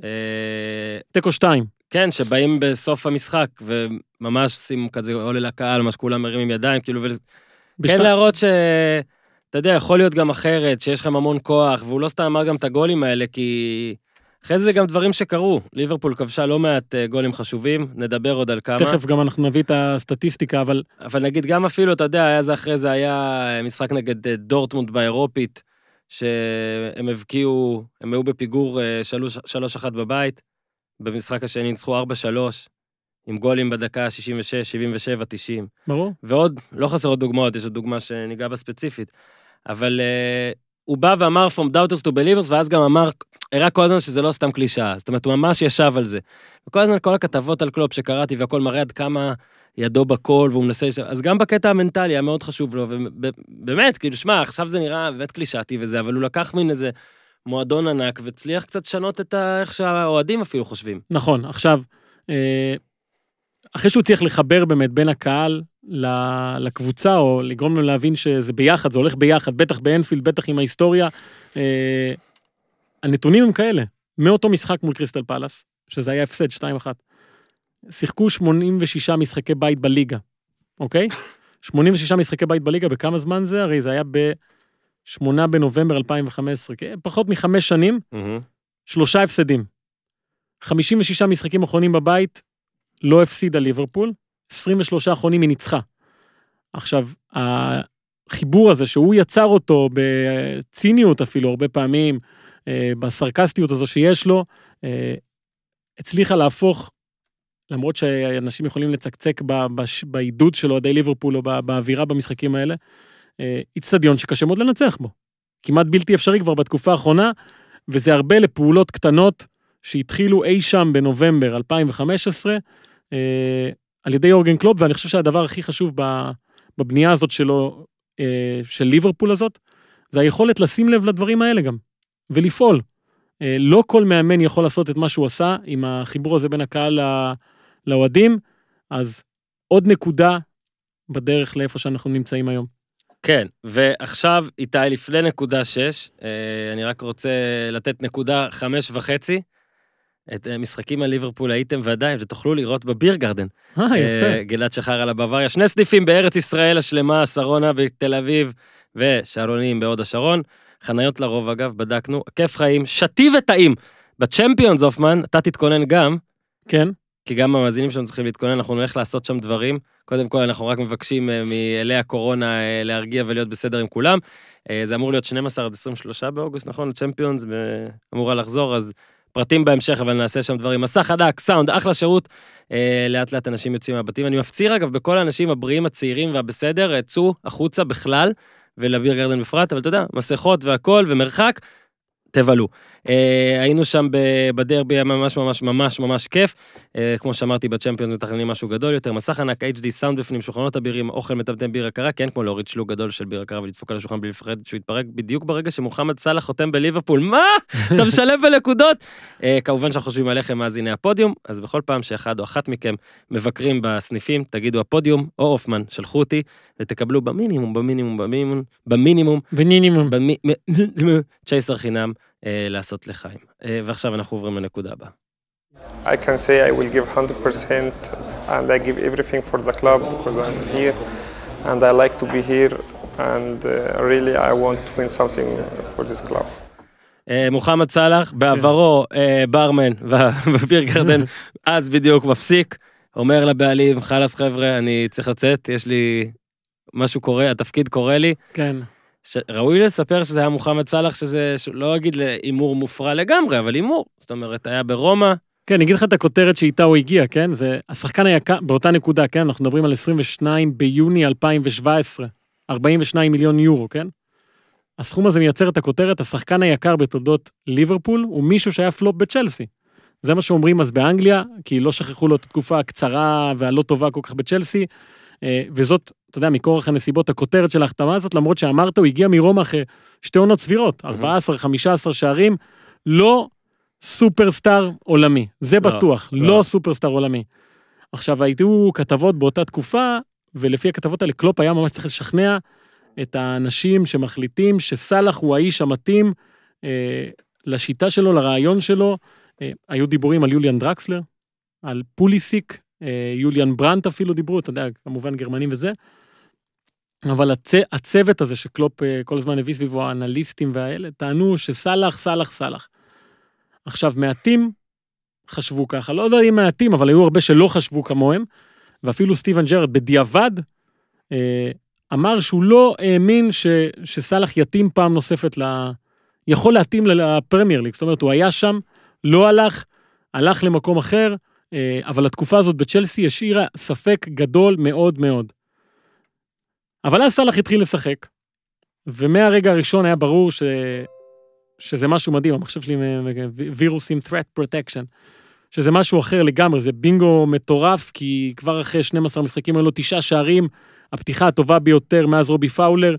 תיקו 2. כן, שבאים בסוף המשחק, וממש עושים כזה עולה לקהל, ממש כולם מרימים ידיים, כאילו, כן להראות אתה יודע, יכול להיות גם אחרת, שיש לכם המון כוח, והוא לא סתם אמר גם את הגולים האלה, כי אחרי זה גם דברים שקרו. ליברפול כבשה לא מעט גולים חשובים, נדבר עוד על כמה. תכף גם אנחנו נביא את הסטטיסטיקה, אבל נגיד גם אפילו, אתה יודע, היה זה אחרי זה היה משחק נגד דורטמונד באירופית, שהם הבקיעו, הם היו בפיגור 3-1 בבית, במשחק השני ניצחו 4-3, עם גולים בדקה 66, 77, 90. ברור. ועוד, לא חסרות דוגמאות, יש עוד דוגמה שניגע בה ספציפית, אבל הוא בא ואמר from doubters to believers, ואז גם אמר, הראה כל הזמן שזה לא סתם קלישה, זאת אומרת, הוא ממש ישב על זה. וכל הזמן, כל הכתבות על קלופ שקראתי, והכל מראה עד כמה ידו בכל, והוא מנסה, אז גם בקטע המנטלי היה מאוד חשוב לו, ובאמת, כאילו, שמע, עכשיו זה נראה באמת קלישתי וזה, אבל הוא לקח מן איזה מועדון ענק, והצליח קצת לשנות את איך שהאוהדים אפילו חושבים. נכון, עכשיו, אחרי שהוא צריך לחבר באמת בין הקהל לקבוצה, או לגרום לו להבין שזה ביחד, זה הולך ביחד, בטח באנפילד, בטח עם ההיסטוריה, הנתונים הם כאלה, מאותו משחק מול קריסטל פלאס, שזה היה הפסד 2-1, שיחקו 86 משחקי בית בליגה, אוקיי? 86 משחקי בית בליגה, בכמה זמן זה? הרי זה היה ב-8 בנובמבר 2015, פחות מ5 שנים, 3 הפסדים. 56 משחקים אחרונים בבית, לא הפסידה ליברפול, 23 אחרונים היא ניצחה. עכשיו, החיבור הזה שהוא יצר אותו בציניות אפילו הרבה פעמים, בסרקסטיות הזו שיש לו, הצליחה להפוך, למרות שאנשים יכולים לצקצק בעידוד שלו עדי ליברפול או באווירה במשחקים האלה, אצטדיון שקשה מאוד לנצח בו. כמעט בלתי אפשרי כבר בתקופה האחרונה, וזה הרבה לפעולות קטנות שהתחילו אי שם בנובמבר 2015, על ידי יורגן קלופ, ואני חושב שהדבר הכי חשוב בבנייה הזאת שלו, של ליברפול הזאת, זה היכולת לשים לב לדברים האלה גם, ולפעול. לא כל מאמן יכול לעשות את מה שהוא עשה, עם החיבור הזה בין הקהל לאוהדים, אז עוד נקודה בדרך לאיפה שאנחנו נמצאים היום. כן, ועכשיו איתי לפני נקודה 6, אני רק רוצה לתת נקודה 5.5, את משחקים על ליברפול הייתם ועדיין, ותוכלו לראות בביר גרדן. יפה. גלעד שחר על הבוואריה, 2 סניפים בארץ ישראל השלמה, שרונה בתל אביב, ושרונים בהוד השרון, חניות לרוב אגב, בדקנו, כיף חיים, שתי וטעים, בצ'מפיונס אופמן, אתה תתכונן גם, כן. כי גם המאזינים שלנו צריכים להתכונן, אנחנו נלך לעשות שם דברים, קודם כל אנחנו רק מבקשים מאלי הקורונה להרגיע ולהיות בסדר עם כולם, זה אמור להיות 12 עד 23 באוגוסט, נכון? הצ'מפיונס אמורה לחזור, אז פרטים בהמשך, אבל נעשה שם דברים. מסך חדק, סאונד, אחלה שירות, לאט לאט אנשים יוצאים מהבתים. אני מפציר אגב בכל האנשים הבריאים, הצעירים והבסדר, צאו החוצה בכלל, ולביר גרדן בפרט, אבל אתה יודע, מסכות והכל ומרחק, תבלו. היינו שם בדרבי, ממש ממש ממש ממש כיף. כמו שאמרתי, בצ'מפיונס מתכננים משהו גדול יותר, מסך ענק, HD, סאונד בפנים, שולחנות אבירים, אוכל מטמטם בירה קרה, כן, כמו להוריד שלוג גדול של בירה קרה ולדפוק על השולחן בלי לפחד שהוא יתפרק בדיוק ברגע שמוחמד סלאח חותם בליברפול. מה? אתה משלב בנקודות? כמובן שאנחנו חושבים עליכם מאזיני הפודיום, אז בכל פעם שאחד או אחת מכם מבקרים בסניפים, תגידו הפודיום או אופמן, שלחו אותי, ותקבלו במינימום, צ'ייסר חינם לעשות לחיים. ועכשיו אנחנו עוברים לנקודה הבאה. I can say I will give 100% and I give everything for the club because I'm here and I like to be here and really I want to win something for this club. מוחמד סלאח, בעברו ברמן וביר גרדן, אז בדיוק מפסיק, אומר לבעלים, חלס חבר'ה, אני צריך לצאת, יש לי משהו קורה, התפקיד קורה לי. כן. ראוי לספר שזה היה מוחמד סלאח, שזה לא אגיד לאימור מופרע לגמרי, אבל אימור, זאת אומרת, היה ברומא. כן, אני אגיד לך את הכותרת שאיתה הוא הגיע, כן? זה השחקן היקר, באותה נקודה, כן? אנחנו מדברים על 22 ביוני 2017, 42 מיליון יורו, כן? הסכום הזה מייצר את הכותרת, השחקן היקר בתולדות ליברפול, הוא מישהו שהיה פלופ בצ'לסי. זה מה שאומרים אז באנגליה, כי לא שכחו לו את התקופה הקצרה והלא טובה כל כך בצ'לסי, וזאת, אתה יודע, מכורח הנסיבות, הכותרת של ההחתמה הזאת, למרות שאמרת, הוא הגיע מרומא אחרי 2 עונות סבירות, 14-15 שערים, לא סופרסטאר עולמי, זה בטוח, לא סופרסטאר עולמי. עכשיו, הייתו כתבות באותה תקופה, ולפי הכתבות האלה, קלופ היה ממש צריך לשכנע את האנשים שמחליטים שסלאח הוא האיש המתאים לשיטה שלו, לרעיון שלו. היו דיבורים על יוליאן דרקסלר, על פוליסיק, יוליאן ברנט אפילו דיברו, אתה יודע, כמובן גרמנים וזה, אבל הצוות הזה שקלופ כל הזמן הביא סביבו, האנליסטים והאלה, טענו שסלאח, סלאח, סלאח. עכשיו, מעטים חשבו ככה, לא יודע אם מעטים, אבל היו הרבה שלא חשבו כמוהם, ואפילו סטיבן ג'רד בדיעבד, אמר שהוא לא האמין שסלאח יתאים פעם נוספת, יכול להתאים לפרמייר ליג, זאת אומרת, הוא היה שם, לא הלך למקום אחר, אבל התקופה הזאת בצ'לסי השאירה ספק גדול מאוד מאוד. אבל אז סלאח התחיל לשחק, ומהרגע הראשון היה ברור שזה משהו מדהים, המחשב שלי וירוסים threat protection, שזה משהו אחר לגמרי, זה בינגו מטורף, כי כבר אחרי 12 משחקים היו לו 9 שערים, הפתיחה הטובה ביותר מאז רובי פאולר,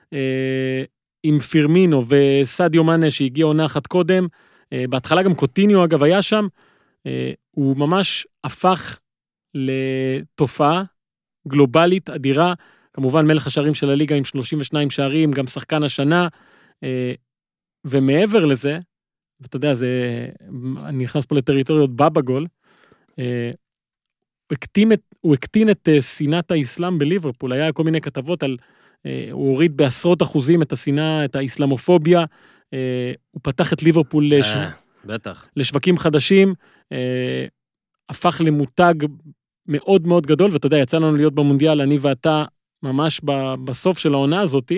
עם פירמינו וסדיו מאנה שהגיע עונה אחת קודם, בהתחלה גם קוטיניו אגב היה שם, הוא ממש הפך לתופעה גלובלית אדירה, כמובן מלך השערים של הליגה עם 32 שערים, גם שחקן השנה, ומעבר לזה, ואתה יודע, אני נכנס פה לטריטוריות בבגול, הוא הקטין את שנאת האסלאם בליברפול, היה כל מיני כתבות על, הוא הוריד בעשרות אחוזים את השנאה, את האסלאמופוביה, הוא פתח את ליברפול לשווקים חדשים, הפך למותג מאוד מאוד גדול, ואתה יודע, יצא לנו להיות במונדיאל, אני ואתה ממש בסוף של העונה הזאת,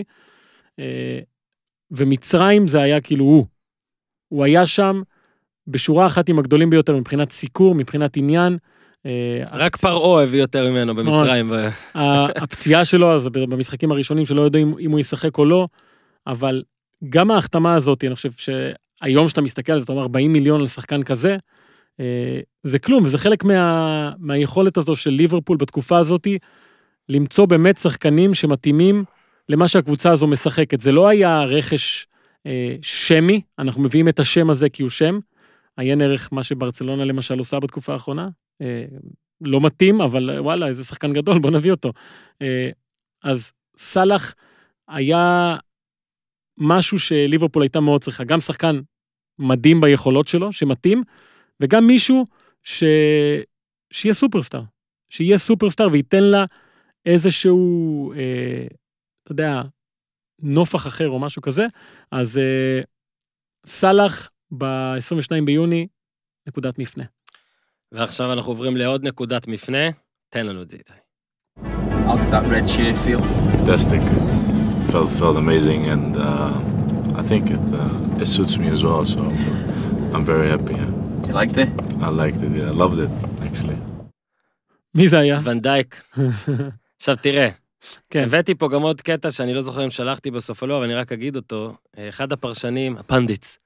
ומצרים זה היה כאילו הוא היה שם בשורה אחת עם הגדולים ביותר, מבחינת סיקור, מבחינת עניין, רק פרעה הביא יותר ממנו במצרים. הפציעה שלו, אז במשחקים הראשונים שלא יודעים אם הוא ישחק או לא, אבל גם ההחתמה הזאת, אני חושב שהיום שאתה מסתכל על זה, אתה אומר 40 מיליון לשחקן כזה, זה כלום, וזה חלק מהיכולת הזו של ליברפול בתקופה הזאת, למצוא באמת שחקנים שמתאימים למה שהקבוצה הזו משחקת. זה לא היה רכש שמי, אנחנו מביאים את השם הזה כי הוא שם, עיין ערך מה שברצלונה למשל עושה בתקופה האחרונה, לא מתאים, אבל וואלה, איזה שחקן גדול, בוא נביא אותו. אז סלאח היה משהו שליברפול הייתה מאוד צריכה, גם שחקן מדהים ביכולות שלו, שמתאים, וגם מישהו שיהיה סופרסטאר, שיהיה סופרסטאר וייתן לה איזשהו, אתה יודע, נופח אחר או משהו כזה, אז סלאח ב-22 ביוני, נקודת מפנה. ועכשיו אנחנו עוברים לעוד נקודת מפנה, תן לנו את זה איתי. How did that red shirt feel? Fantastic. Felt amazing and I think it suits me as well, so I'm very happy. Yeah. You liked it? I liked it, yeah. I loved it, actually. מי זה היה? ונדייק. עכשיו תראה, כן. הבאתי פה גם עוד קטע שאני לא זוכר אם שלחתי בסוף או לא, אבל אני רק אגיד אותו. אחד הפרשנים, הפנדיץ,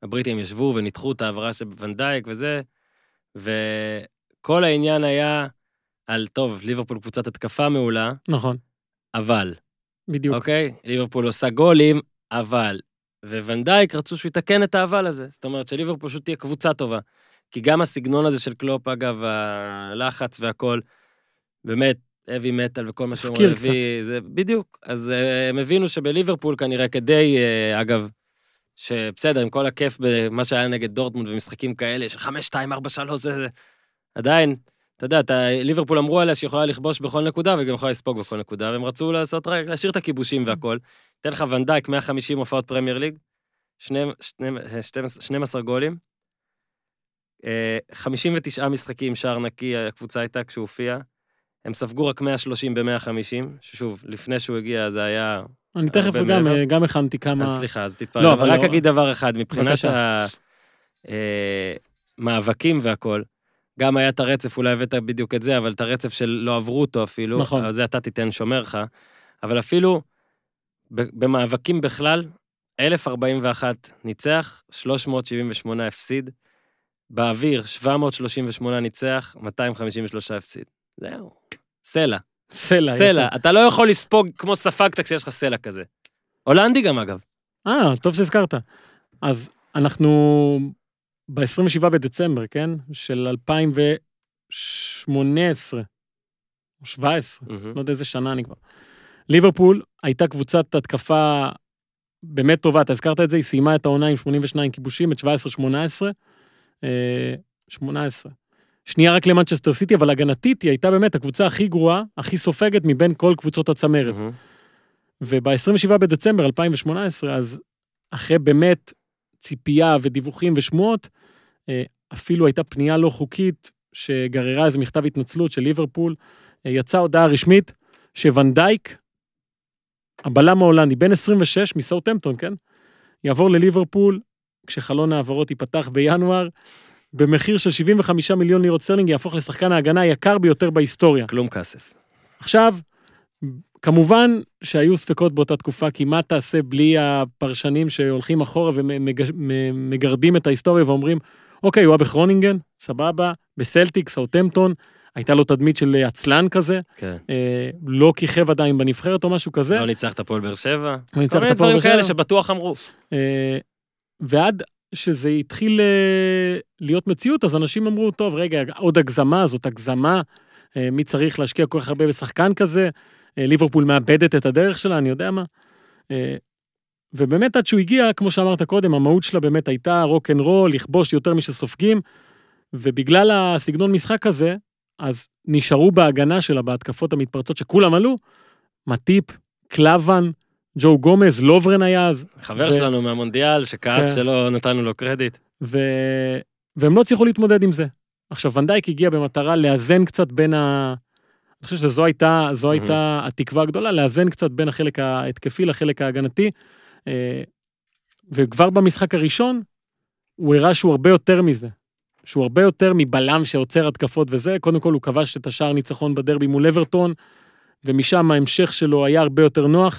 הבריטים ישבו וניתחו את העברה של ונדייק וזה, וכל העניין היה על, טוב, ליברפול קבוצת התקפה מעולה, נכון. אבל. בדיוק. אוקיי? ליברפול עושה גולים, אבל. וונדייק רצו שהוא יתקן את האבל הזה. זאת אומרת שליברפול פשוט תהיה קבוצה טובה. כי גם הסגנון הזה של קלופ, אגב, הלחץ והכל, באמת, heavy metal וכל מה שהוא הביא, זה בדיוק. אז הם הבינו שבליברפול כנראה כדי, אגב, שבסדר, עם כל הכיף במה שהיה נגד דורטמונד ומשחקים כאלה, של 5-2, 4-3, זה עדיין, אתה יודע, ליברפול אמרו עליה שיכולה לכבוש בכל נקודה, וגם יכולה לספוג בכל נקודה, והם רצו להשאיר את הכיבושים והכל. תן לך ונדייק, 150 הופעות פרמייר ליג, 12 גולים, 59 משחקים, שער נקי, הקבוצה הייתה כשהוא הופיע, הם ספגו רק 130 ב-150, ששוב, לפני שהוא הגיע, זה היה... אני תכף גם הכנתי כמה... אז סליחה, אז תתפרע, אבל רק אגיד דבר אחד, מבחינת המאבקים והכל, גם היה את הרצף, אולי הבאת בדיוק את זה, אבל את הרצף של לא עברו אותו אפילו, נכון. זה אתה תיתן שומר לך, אבל אפילו במאבקים בכלל, 1041 ניצח, 378 הפסיד, באוויר 738 ניצח, 253 הפסיד. זהו, סלע. סלע, אתה לא יכול לספוג כמו ספגת כשיש לך סלע כזה. הולנדי גם אגב. טוב שהזכרת. אז אנחנו ב-27 בדצמבר, כן? של 2018, או 17, לא יודע איזה שנה אני כבר. ליברפול הייתה קבוצת התקפה באמת טובה, אתה הזכרת את זה, היא סיימה את העונה עם 82 כיבושים, את 17-18, 18. שנייה רק למנצ'סטר סיטי, אבל הגנתית היא הייתה באמת הקבוצה הכי גרועה, הכי סופגת מבין כל קבוצות הצמרת. וב-27 בדצמבר 2018, אז אחרי באמת ציפייה ודיווחים ושמועות, אפילו הייתה פנייה לא חוקית, שגררה איזה מכתב התנצלות של ליברפול, יצאה הודעה רשמית, שוונדייק, הבלם ההולנדי, בן 26 מסאות'המפטון, כן? יעבור לליברפול, כשחלון העברות ייפתח בינואר, במחיר של 75 מיליון לירות סטרלינג, יהפוך לשחקן ההגנה היקר ביותר בהיסטוריה. כלום כסף. עכשיו, כמובן שהיו ספקות באותה תקופה, כי מה תעשה בלי הפרשנים שהולכים אחורה ומגרדים את ההיסטוריה ואומרים, אוקיי, הוא היה בכרונינגן, סבבה, בסלטיק, סאות'המפטון, הייתה לו תדמית של עצלן כזה, כן. לא כיכב עדיין בנבחרת או משהו כזה. לא ניצח את הפועל באר שבע. לא ניצח את הפועל באר שבע. כאלה שבטוח אמרו. ועד שזה התחיל להיות מציאות, אז אנשים אמרו, טוב, רגע, עוד הגזמה, זאת הגזמה, מי צריך להשקיע כל כך הרבה בשחקן כזה, ליברפול מאבדת את הדרך שלה, אני יודע מה. ובאמת עד שהוא הגיע, כמו שאמרת קודם, המהות שלה באמת הייתה רוק אנד רול, לכבוש יותר משסופגים, ובגלל הסגנון משחק הזה, אז נשארו בהגנה שלה, בהתקפות המתפרצות שכולם עלו, מטיפ, קלאבן, ג'ו גומז, לוברן היה אז. חבר שלנו מהמונדיאל, שכעס שלא נתנו לו קרדיט. והם לא צריכו להתמודד עם זה. עכשיו, ונדייק הגיע במטרה לאזן קצת בין אני חושב שזו הייתה התקווה הגדולה, לאזן קצת בין החלק ההתקפי לחלק ההגנתי, וכבר במשחק הראשון, הוא הראה שהוא הרבה יותר מזה. שהוא הרבה יותר מבלם שעוצר התקפות וזה, קודם כל הוא כבש את השער ניצחון בדרבי מול אברטון, ומשם ההמשך שלו היה הרבה יותר נוח.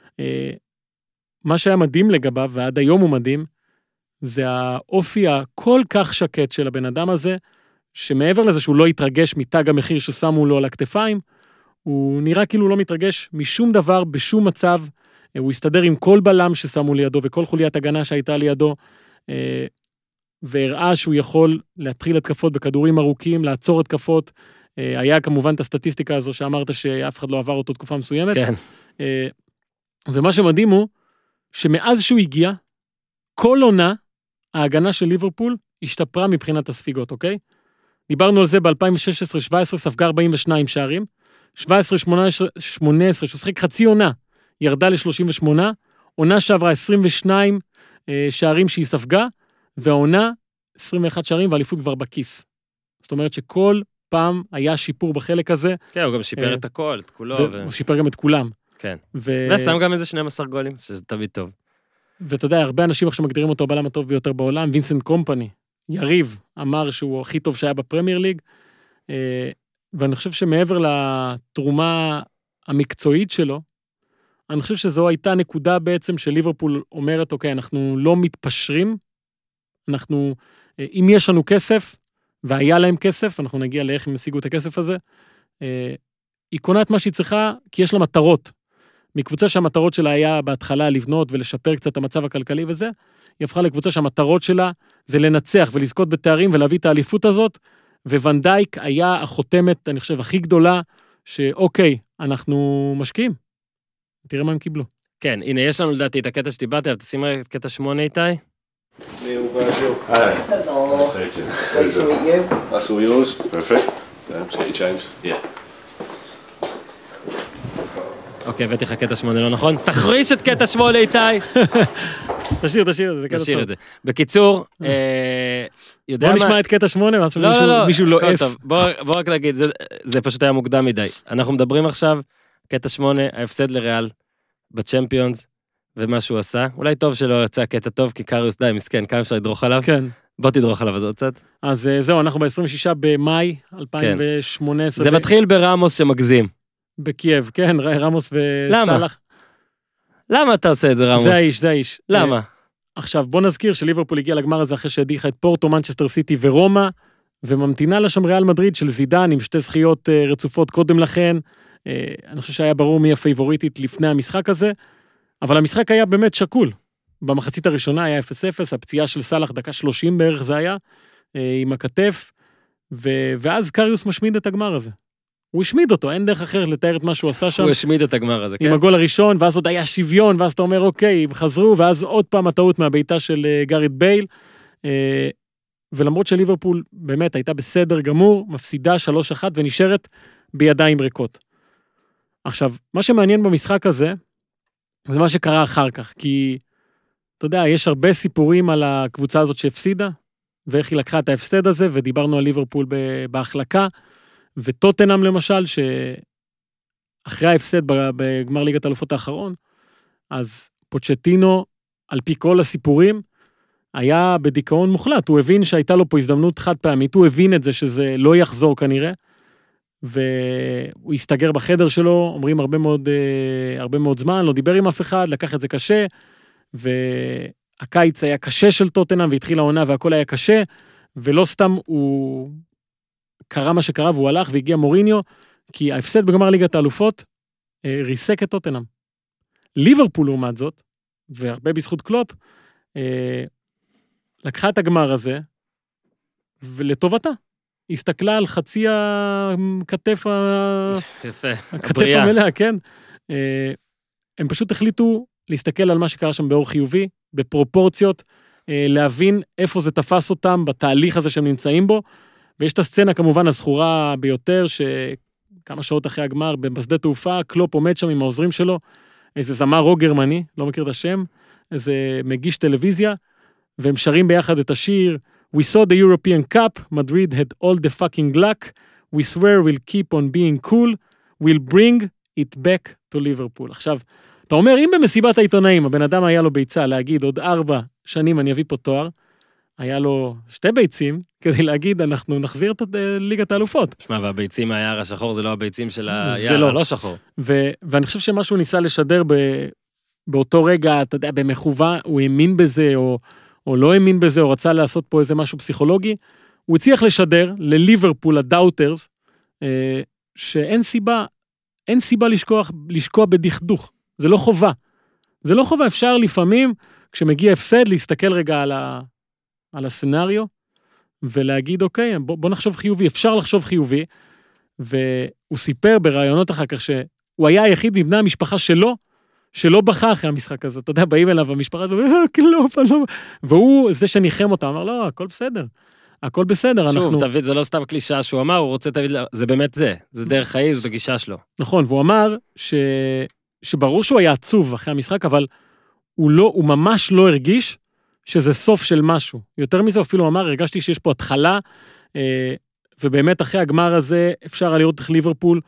מה שהיה מדהים לגביו, ועד היום הוא מדהים, זה האופי הכל כך שקט של הבן אדם הזה, שמעבר לזה שהוא לא התרגש מתג המחיר ששמו לו על הכתפיים, הוא נראה כאילו לא מתרגש משום דבר, בשום מצב, הוא הסתדר עם כל בלם ששמו לידו, וכל חוליית הגנה שהייתה לידו, והראה שהוא יכול להתחיל התקפות בכדורים ארוכים, לעצור התקפות, היה כמובן את הסטטיסטיקה הזו שאמרת שאף אחד לא עבר אותו תקופה מסוימת, כן. ומה שמדהים הוא, שמאז שהוא הגיע, כל עונה, ההגנה של ליברפול השתפרה מבחינת הספיגות, אוקיי? דיברנו על זה ב-2016-2017, ספגה 42 שערים, 17-18, ששחק חצי עונה, ירדה ל-38, עונה שעברה 22 שערים שהיא ספגה, והעונה 21 שערים והאליפות כבר בכיס. זאת אומרת שכל פעם היה שיפור בחלק הזה. כן, הוא גם שיפר את הכל, את כולו. הוא שיפר גם את כולם. כן. ושם גם איזה 12 גולים, שזה תמיד טוב. ואתה יודע, הרבה אנשים עכשיו מגדירים אותו הבלם הטוב ביותר בעולם, וינסנט קומפני, יריב, אמר שהוא הכי טוב שהיה בפרמייר ליג, ואני חושב שמעבר לתרומה המקצועית שלו, אני חושב שזו הייתה נקודה בעצם של ליברפול אומרת, אוקיי, אנחנו לא מתפשרים אנחנו, אם יש לנו כסף, והיה להם כסף, אנחנו נגיע לאיך הם השיגו את הכסף הזה, היא קונה את מה שהיא צריכה, כי יש לה מטרות. מקבוצה שהמטרות שלה היה בהתחלה לבנות ולשפר קצת את המצב הכלכלי וזה, היא הפכה לקבוצה שהמטרות שלה זה לנצח ולזכות בתארים ולהביא את האליפות הזאת, וונדייק היה החותמת, אני חושב, הכי גדולה, שאוקיי, אנחנו משקיעים. תראה מה הם קיבלו. כן, הנה, יש לנו לדעתי את הקטע שדיברתי, אבל תשים את קטע 8 איתי. Hello. Nice to meet you. That's all yours. Perfect. Just get your change. Yeah. אוקיי, הבאתי לך קטע 8, לא נכון? תחריש את קטע 8 איתי. תשאיר, זה קטע תשאיר טוב. את זה. בקיצור, יודע בוא מה... נשמע את קטע 8, ואז מישהו הכל לועס. טוב. בוא רק להגיד, זה פשוט היה מוקדם מדי. אנחנו מדברים עכשיו, קטע 8, ההפסד לריאל, בצ'מפיונס, ומה שהוא עשה. אולי טוב שלא יצא קטע טוב, כי קריוס די מסכן, כמה אפשר לדרוך עליו? כן. בוא תדרוך עליו, אז עוד קצת. אז זהו, אנחנו ב-26 במאי 2018. זה מתחיל ברמוס שמגזים. בקייב, כן, רמוס וסלח. למה אתה עושה את זה, רמוס? זה האיש. למה? עכשיו, בוא נזכיר שליברפול הגיע לגמר הזה אחרי שהדיחה את פורטו, מנצ'סטר סיטי ורומא, וממתינה לה שם ריאל מדריד של זידן עם 2 זכיות רצופות קודם לכן. אני חושב שהיה ברור מי הפייבוריטית לפני המשחק הזה, אבל המשחק היה באמת שקול. במחצית הראשונה היה 0-0, הפציעה של סלח דקה 30 בערך זה היה, עם הכתף, ואז קריוס משמיד את הגמר הזה. הוא השמיד אותו, אין דרך אחרת לתאר את מה שהוא עשה שם. הוא השמיד את הגמר הזה, כן? עם הגול הראשון, ואז עוד היה שוויון, ואז אתה אומר, אוקיי, הם חזרו, ואז עוד פעם הטעות מהביתה של גארית בייל, ולמרות שליברפול באמת הייתה בסדר גמור, מפסידה 3-1 ונשארת בידיים ריקות. עכשיו, מה שמעניין במשחק הזה, זה מה שקרה אחר כך, כי, אתה יודע, יש הרבה סיפורים על הקבוצה הזאת שהפסידה, ואיך היא לקחה את ההפסד הזה, ודיברנו על ליברפול בהחלקה, וטוטנהאם למשל, שאחרי ההפסד בגמר ליגת האלופות האחרון, אז פוצ'טינו, על פי כל הסיפורים, היה בדיכאון מוחלט, הוא הבין שהייתה לו פה הזדמנות חד פעמית, הוא הבין את זה שזה לא יחזור כנראה, והוא הסתגר בחדר שלו, אומרים הרבה מאוד זמן, לא דיבר עם אף אחד, לקח את זה קשה, והקיץ היה קשה של טוטנהאם, והתחילה העונה והכל היה קשה, ולא סתם הוא קרה מה שקרה, והוא הלך והגיע מוריניו, כי ההפסד בגמר ליגת האלופות ריסק את טוטנהאם. ליברפול לעומת זאת, והרבה בזכות קלופ, לקחה את הגמר הזה, ולטובתה. הסתכלה על חצי הכתף יפה, הכתף המלאה, כן. הם פשוט החליטו להסתכל על מה שקרה שם באור חיובי, בפרופורציות, להבין איפה זה תפס אותם בתהליך הזה שהם נמצאים בו, ויש את הסצנה כמובן הזכורה ביותר, שכמה שעות אחרי הגמר, בשדה תעופה, קלופ עומד שם עם העוזרים שלו, איזה זמר רוג גרמני, לא מכיר את השם, איזה מגיש טלוויזיה, והם שרים ביחד את השיר, We saw the European Cup, Madrid had all the fucking luck, we swear we'll keep on being cool, we'll bring it back to Liverpool. עכשיו, אתה אומר, אם במסיבת העיתונאים, הבן אדם היה לו ביצה להגיד, עוד 4 שנים אני אביא פה תואר, היה לו 2 ביצים, כדי להגיד, אנחנו נחזיר את ליגת האלופות. שמע, והביצים היער השחור זה לא הביצים של היער הלא שחור. ואני חושב שמשהו ניסה לשדר באותו רגע, אתה יודע, במכוון, הוא האמין בזה, או לא האמין בזה, או רצה לעשות פה איזה משהו פסיכולוגי, הוא הצליח לשדר לליברפול, לדאוטרס, שאין סיבה לשקוע בדכדוך. זה לא חובה. זה לא חובה, אפשר לפעמים, כשמגיע הפסד, להסתכל רגע על הסנריו, ולהגיד, אוקיי, בוא נחשוב חיובי, אפשר לחשוב חיובי, והוא סיפר ברעיונות אחר כך, שהוא היה היחיד מבני המשפחה שלא בכה אחרי המשחק הזה, אתה יודע, באים אליו, המשפחה שלו, קלופ, והוא זה שניחם אותה, אמר, לא, הכל בסדר, הכל בסדר, שוב, תבין, זה לא סתם קלישה שהוא אמר, הוא רוצה תבין, זה באמת זה דרך חיים, זאת הגישה שלו. נכון, והוא אמר שברור שהוא היה עצוב אחרי המשחק, אבל הוא ממש לא הרגיש שזה סוף של משהו. יותר מזה, אפילו אמר, הרגשתי שיש פה התחלה, ובאמת אחרי הגמר הזה, אפשר לראות איך ליברפול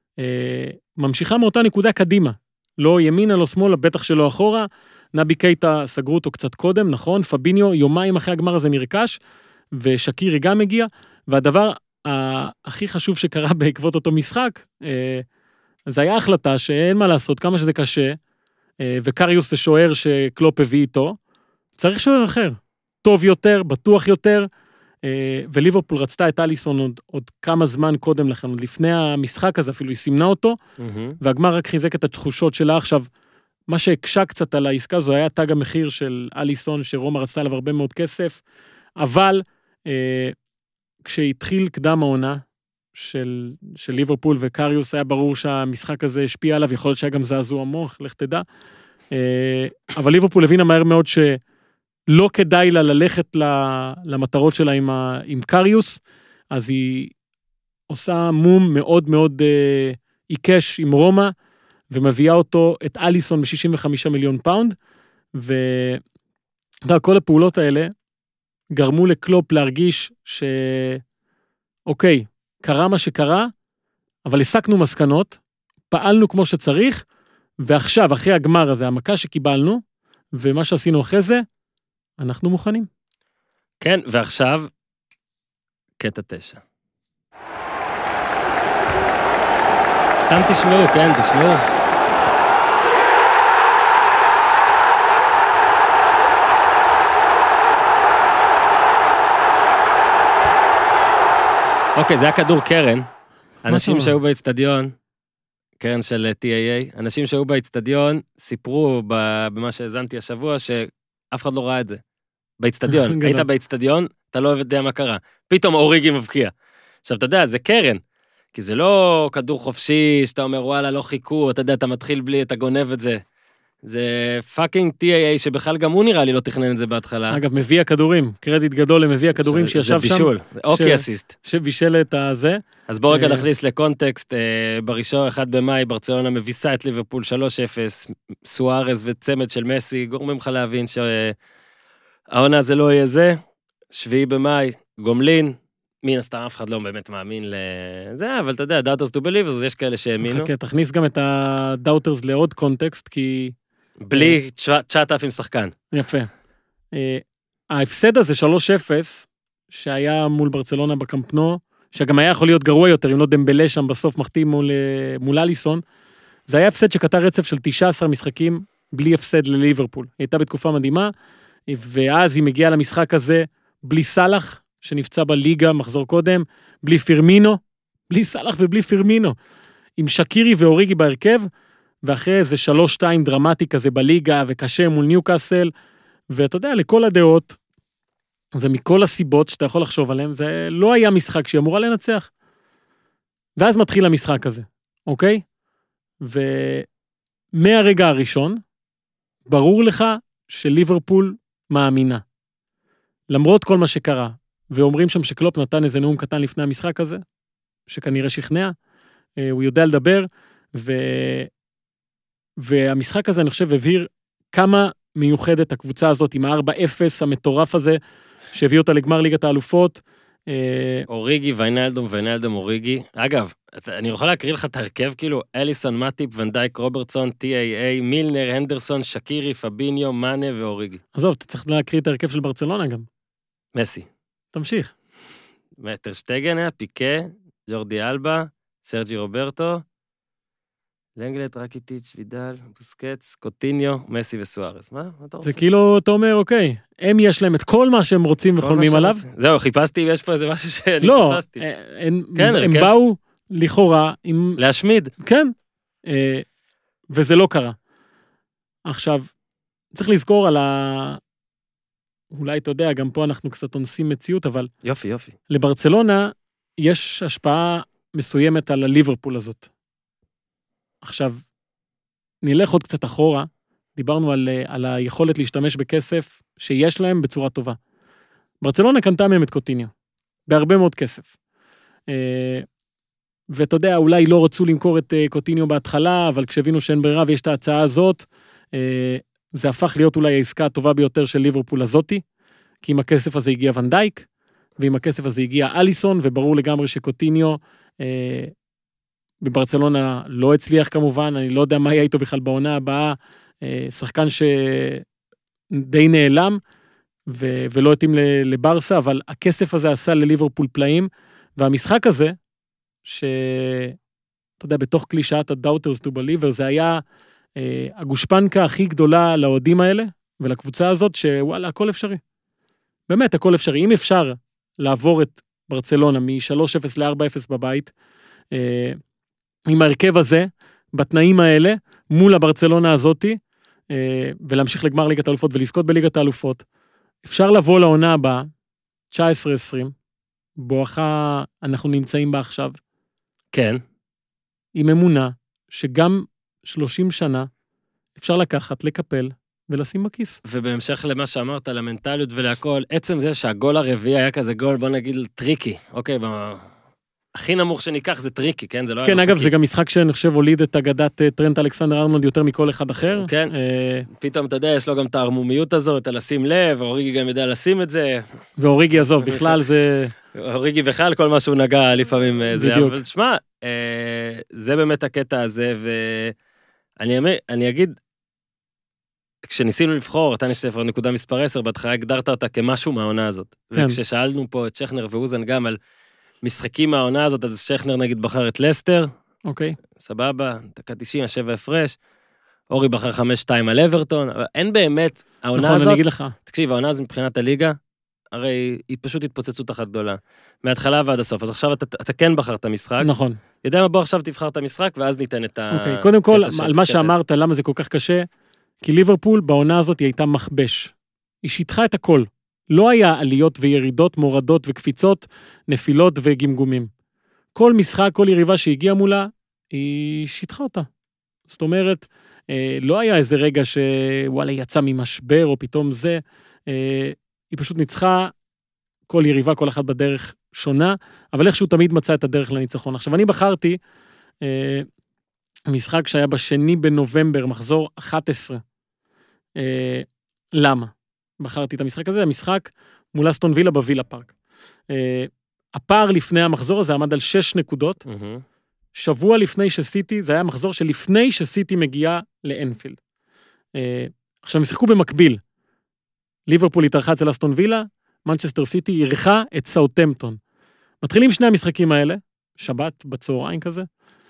ממשיכה מאותה נקודה קדימה. לא ימינה, לא שמאלה, בטח שלא אחורה. נבי קייטה סגרו אותו קצת קודם, נכון? פביניו יומיים אחרי הגמר הזה נרכש, ושקירי גם הגיע, והדבר הכי חשוב שקרה בעקבות אותו משחק, זה היה החלטה שאין מה לעשות, כמה שזה קשה, וקריוס זה שוער שקלופ הביא איתו, צריך שוער אחר. טוב יותר, בטוח יותר, וליברפול רצתה את אליסון עוד כמה זמן קודם לכן, עוד לפני המשחק הזה אפילו היא סימנה אותו, והגמר רק חיזק את התחושות שלה. עכשיו, מה שהקשה קצת על העסקה זו היה תג המחיר של אליסון, שרומא רצתה עליו הרבה מאוד כסף, אבל כשהתחיל קדם העונה של ליברפול וקריוס, היה ברור שהמשחק הזה השפיע עליו, יכול להיות שהיה גם זעזוע מוח, לך תדע, אבל ליברפול הבינה מהר מאוד שלא כדאי לה ללכת למטרות שלה עם קריוס, אז היא עושה מום מאוד מאוד עיקש עם רומא, ומביאה אותו את אליסון ב-65 מיליון פאונד, וכל הפעולות האלה גרמו לקלופ להרגיש אוקיי, קרה מה שקרה, אבל הסקנו מסקנות, פעלנו כמו שצריך, ועכשיו, אחרי הגמר הזה, המכה שקיבלנו, ומה שעשינו אחרי זה, אנחנו מוכנים. כן, ועכשיו, קטע 9. סתם תשמעו, כן, תשמעו. אוקיי, זה היה כדור קרן. אנשים שהיו באצטדיון, קרן של TAA, אנשים שהיו באצטדיון, סיפרו במה שהזנתי השבוע, שאף אחד לא ראה את זה. באצטדיון, היית באצטדיון, אתה לא יודע מה קרה. פתאום אוריגי מבקיע. עכשיו, אתה יודע, זה קרן. כי זה לא כדור חופשי, שאתה אומר, וואלה, לא חיכו, אתה יודע, אתה מתחיל בלי, אתה גונב את זה. זה פאקינג TAA, שבכלל גם הוא נראה לי לא תכנן את זה בהתחלה. אגב, מביא הכדורים, קרדיט גדול למביא הכדורים שישב שם. זה בישול, אוקי אסיסט. שבישל את הזה. אז בואו רגע נכניס לקונטקסט, בראשון 1 במאי, ברצלונה מביסה את ליברפול 3-0, סוארז וצמד של מסי, גורמים לך להבין שהעונה הזה לא יהיה זה, 7 במאי, גומלין, מן הסתם אף אחד לא באמת מאמין לזה, אבל אתה יודע, doubters to believers, אז יש כאלה שהאמינו. חכה, תכניס גם את ה-doubters לעוד קונטקסט, כי... בלי 9,000 שחקן. יפה. ההפסד הזה 3-0, שהיה מול ברצלונה בקמפנו, שגם היה יכול להיות גרוע יותר, אם לא דמבלה שם בסוף מחתים מול אליסון, זה היה הפסד שקטע רצף של 19 משחקים, בלי הפסד לליברפול. היא הייתה בתקופה מדהימה, ואז היא מגיעה למשחק הזה, בלי סלח, שנפצע בליגה מחזור קודם, בלי פירמינו, בלי סלח ובלי פירמינו, עם שקירי ואוריגי בהרכב, ואחרי זה 3-2 דרמטי כזה בליגה, וקשה מול ניוקאסל, ואתה יודע, לכל הדעות, ומכל הסיבות שאתה יכול לחשוב עליהן, זה לא היה משחק שהיא אמורה לנצח. ואז מתחיל המשחק הזה, אוקיי? ומהרגע הראשון, ברור לך שליברפול מאמינה. למרות כל מה שקרה, ואומרים שם שקלופ נתן איזה נאום קטן לפני המשחק הזה, שכנראה שכנע, הוא יודע לדבר, והמשחק הזה אני חושב הבהיר כמה מיוחדת הקבוצה הזאת עם ה-4-0 המטורף הזה, שהביא אותה לגמר ליגת האלופות. אוריגי, ויינלדום, אוריגי. אגב, אני יכול להקריא לך את הרכב, כאילו, אליסון, מטיפ, ונדייק, רוברטסון, TAA, מילנר, הנדרסון, שקירי, פביניו, מאנה ואוריגי. עזוב, אתה צריך להקריא את הרכב של ברצלונה גם. מסי. תמשיך. טר שטגן היה, פיקה, ג'ורדי אלבה, סרג'י רוברטו, לנגלט, רקיטיץ', וידל, בוסקץ, קוטיניו, מסי וסוארס. מה אתה רוצה? זה כאילו, אתה אומר, אוקיי, הם יש להם את כל מה שהם רוצים וחולמים עליו. זהו, חיפשתי, יש פה איזה משהו שאני פספסתי. לא, הם באו לכאורה עם... להשמיד. כן, וזה לא קרה. עכשיו, צריך לזכור על אולי אתה יודע, גם פה אנחנו קצת אונסים מציאות, אבל... יופי. לברצלונה יש השפעה מסוימת על הליברפול הזאת. עכשיו, נלך עוד קצת אחורה, דיברנו על היכולת להשתמש בכסף שיש להם בצורה טובה. ברצלונה קנתה מהם את קוטיניו, בהרבה מאוד כסף. ואתה יודע, אולי לא רצו למכור את קוטיניו בהתחלה, אבל כשהבינו שאין ברירה ויש את ההצעה הזאת, זה הפך להיות אולי העסקה הטובה ביותר של ליברפול הזאתי, כי עם הכסף הזה הגיע ונדייק, ועם הכסף הזה הגיע אליסון, וברור לגמרי שקוטיניו בברצלונה לא הצליח כמובן, אני לא יודע מה היה איתו בכלל בעונה הבאה, שחקן שדי נעלם, ולא התאים לברסה, אבל הכסף הזה עשה לליברפול פלאים, והמשחק הזה, שאתה יודע, בתוך קלישאת ה-doubters to believers, זה היה הגושפנקה הכי גדולה לאוהדים האלה, ולקבוצה הזאת, שוואלה, הכל אפשרי. באמת, הכל אפשרי. אם אפשר לעבור את ברצלונה מ-3-0 ל-4-0 בבית, עם ההרכב הזה, בתנאים האלה, מול הברצלונה הזאת, ולהמשיך לגמר ליגת האלופות ולזכות בליגת האלופות, אפשר לבוא לעונה הבאה, 19-20, בואכה אנחנו נמצאים בה עכשיו. כן. עם אמונה שגם 30 שנה אפשר לקחת, לקפל ולשים בכיס. ובהמשך למה שאמרת על המנטליות ולהכל, עצם זה שהגול הרביעי היה כזה גול, בוא נגיד טריקי, אוקיי, הכי נמוך שניקח זה טריקי, כן? זה לא כן, אגב, זה גם משחק שאני חושב הוליד את אגדת טרנט אלכסנדר ארנולד יותר מכל אחד אחר. כן, פתאום אתה יודע, יש לו גם את הערמומיות הזאת, לשים לב, אוריגי גם יודע לשים את זה. ואוריגי עזוב, בכלל זה... אוריגי בכלל, כל מה שהוא נגע לפעמים זה. בדיוק. אבל תשמע, זה באמת הקטע הזה, ואני אגיד, כשניסינו לבחור, אתה ניסית לבחור נקודה מספר 10, בהתחלה הגדרת אותה כמשהו מהעונה הזאת. כן. וכששאלנו פה את שכנר ואוזן גם על משחקים מהעונה הזאת, אז שכנר נגיד בחר את לסטר, אוקיי. סבבה, דקה 90, 7 הפרש, אורי בחר 5-2 על אברטון, אבל אין באמת, העונה נכון, הזאת, אני אגיד לך. תקשיב, העונה הזאת מבחינת הליגה, הרי היא פשוט התפוצצות אחת גדולה, מההתחלה ועד הסוף, אז עכשיו אתה כן בחר את המשחק, נכון. יודע מה, בוא עכשיו תבחר את המשחק, ואז ניתן את ה... אוקיי, קודם כל, על מה שאמרת, למה זה כל כך קשה, כי ליברפול בעונה הזאת היא הייתה מכבש. היא שיטחה את הכל. לא היה עליות וירידות, מורדות וקפיצות, נפילות וגמגומים. כל משחק, כל יריבה שהגיעה מולה, היא שיטחה אותה. זאת אומרת, לא היה איזה רגע שוואלה יצא ממשבר או פתאום זה, היא פשוט ניצחה כל יריבה, כל אחת בדרך שונה, אבל איכשהו תמיד מצא את הדרך לניצחון. עכשיו, אני בחרתי משחק שהיה ב2 בנובמבר, מחזור 11. למה? בחרתי את המשחק הזה, המשחק מול אסטון וילה בווילה פארק. הפער לפני המחזור הזה עמד על 6 נקודות, שבוע לפני שסיטי, זה היה מחזור שלפני שסיטי מגיעה לאנפילד. עכשיו, הם שיחקו במקביל. ליברפול התארחה אצל אסטון וילה, מנצ'סטר סיטי אירחה את סאות'המפטון. מתחילים שני המשחקים האלה, שבת בצהריים כזה,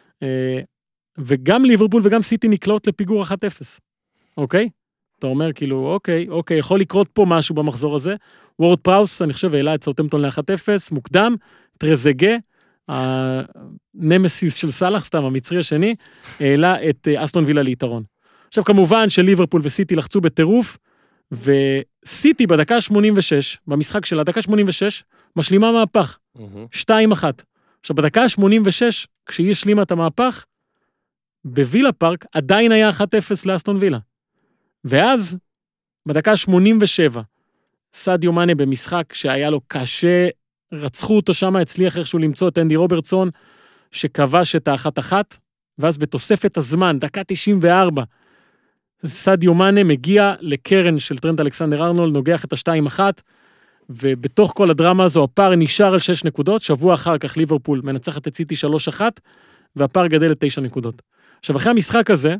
וגם ליברפול וגם סיטי נקלעות לפיגור 1-0. אוקיי? אתה אומר כאילו, אוקיי, יכול לקרות פה משהו במחזור הזה. וורד פראוס, אני חושב, העלה את סאות'המפטון ל-1-0, מוקדם, טרזגה, הנמסיס של סלאח, סתם, המצרי השני, העלה את אסטון וילה ליתרון. עכשיו, כמובן שליברפול וסיטי לחצו בטירוף, וסיטי בדקה 86, במשחק של הדקה 86, משלימה מהפך. 2-1. עכשיו, בדקה 86, כשהיא השלימה את המהפך, בווילה פארק עדיין היה 1-0 לאסטון וילה. ואז, בדקה 87, סאדיו מאנה במשחק שהיה לו קשה, רצחו אותו שם, הצליח איכשהו למצוא את אנדי רוברטסון, שכבש את ה1-1, ואז בתוספת הזמן, דקה 94, סאדיו מאנה מגיע לקרן של טרנט אלכסנדר ארנולד, נוגח את ה2-1, ובתוך כל הדרמה הזו, הפער נשאר על 6 נקודות, שבוע אחר כך ליברפול מנצחת את סיטי 3-1, והפער גדל ל9 נקודות. עכשיו, אחרי המשחק הזה,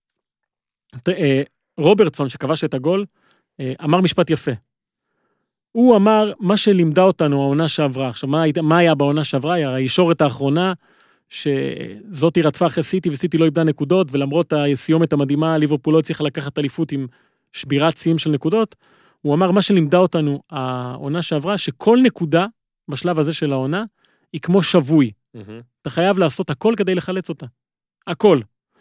רוברטסון, שכבש את הגול, אמר משפט יפה. הוא אמר, מה שלימדה אותנו העונה שעברה, עכשיו, מה היה בעונה שעברה? הישורת האחרונה, שזאת היא רדפה אחרי סיטי, וסיטי לא איבדה נקודות, ולמרות הסיומת המדהימה, ליברפול לא הצליחה לקחת אליפות עם שבירת שיאים של נקודות, הוא אמר, מה שלימדה אותנו העונה שעברה, שכל נקודה בשלב הזה של העונה, היא כמו שבוי. אתה חייב לעשות הכל כדי לחלץ אותה. הכל.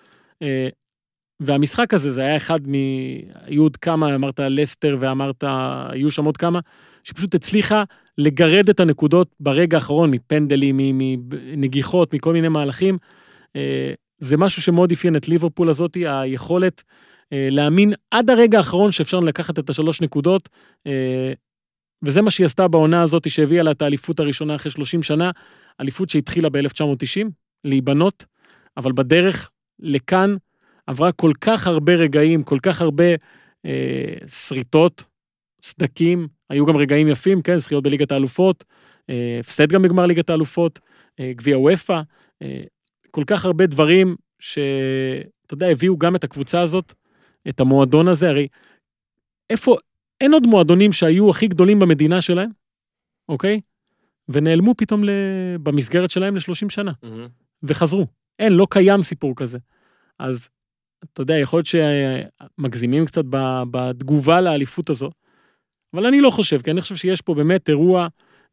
והמשחק הזה, זה היה אחד היו עוד כמה, אמרת לסטר, ואמרת, היו שם עוד כמה, שפשוט הצליחה לגרד את הנקודות ברגע האחרון, מפנדלים, מנגיחות, מכל מיני מהלכים. זה משהו שמאוד אפיין את ליברפול הזאת, היכולת להאמין עד הרגע האחרון שאפשר לקחת את 3 נקודות, וזה מה שהיא עשתה בעונה הזאת, שהביאה לה את האליפות הראשונה אחרי 30 שנה, אליפות שהתחילה ב-1990, להיבנות, אבל בדרך לכאן עברה כל כך הרבה רגעים, כל כך הרבה שריטות, סדקים, היו גם רגעים יפים, כן, זכיות בליגת האלופות, הפסד גם בגמר ליגת האלופות, גביע וופא, כל כך הרבה דברים שאתה יודע, הביאו גם את הקבוצה הזאת, את המועדון הזה, הרי איפה, אין עוד מועדונים שהיו הכי גדולים במדינה שלהם, אוקיי? ונעלמו פתאום במסגרת שלהם ל-30 שנה, וחזרו. אין, לא קיים סיפור כזה. אז אתה יודע, יכול להיות שמגזימים קצת בתגובה לאליפות הזו, אבל אני לא חושב, כי אני חושב שיש פה באמת אירוע,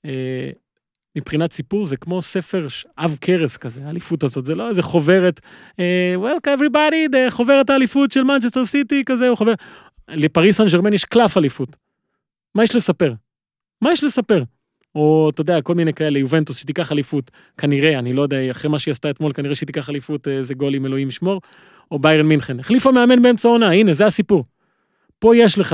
מבחינת סיפור, זה כמו ספר אב קרס כזה, האליפות הזאת, זה לא איזה חוברת, Welcome everybody, חוברת האליפות של מנצ'סטר סיטי, כזה, הוא חובר, לפריס סן ז'רמן יש קלף אליפות. מה יש לספר? מה יש לספר? או, אתה יודע, כל מיני כאלה, יובנטוס שתיקח אליפות, כנראה, אני לא יודע, אחרי מה שהיא עשתה אתמול, כנראה שתיקח אליפות, זה גול עם אלוהים שמור, או ביירן מינכן. החליפה מאמן באמצע עונה, הנה, זה הסיפור. פה יש לך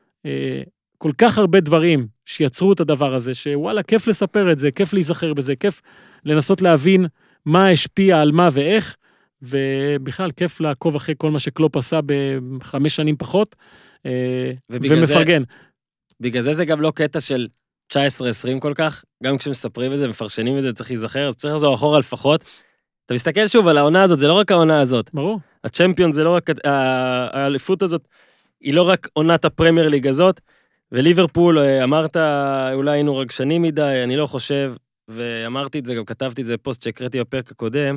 כל כך הרבה דברים שיצרו את הדבר הזה, שוואלה, כיף לספר את זה, כיף להיזכר בזה, כיף לנסות להבין מה השפיע על מה ואיך, ובכלל כיף לעקוב אחרי כל מה שקלופ עשה ב5 שנים פחות, ומפרגן. בגלל זה גם לא קטע של 19-20 כל כך, גם כשמספרים את זה, מפרשנים את זה, צריך להיזכר, אז צריך לזור אחורה לפחות. אתה מסתכל שוב על העונה הזאת, זה לא רק העונה הזאת. ברור. הצ'מפיון זה לא רק, האליפות הזאת, היא לא רק עונת הפרמייר ליג הזאת, וליברפול, אמרת, אולי היינו רגשנים מדי, אני לא חושב, ואמרתי את זה, גם כתבתי את זה בפוסט שהקראתי בפרק הקודם,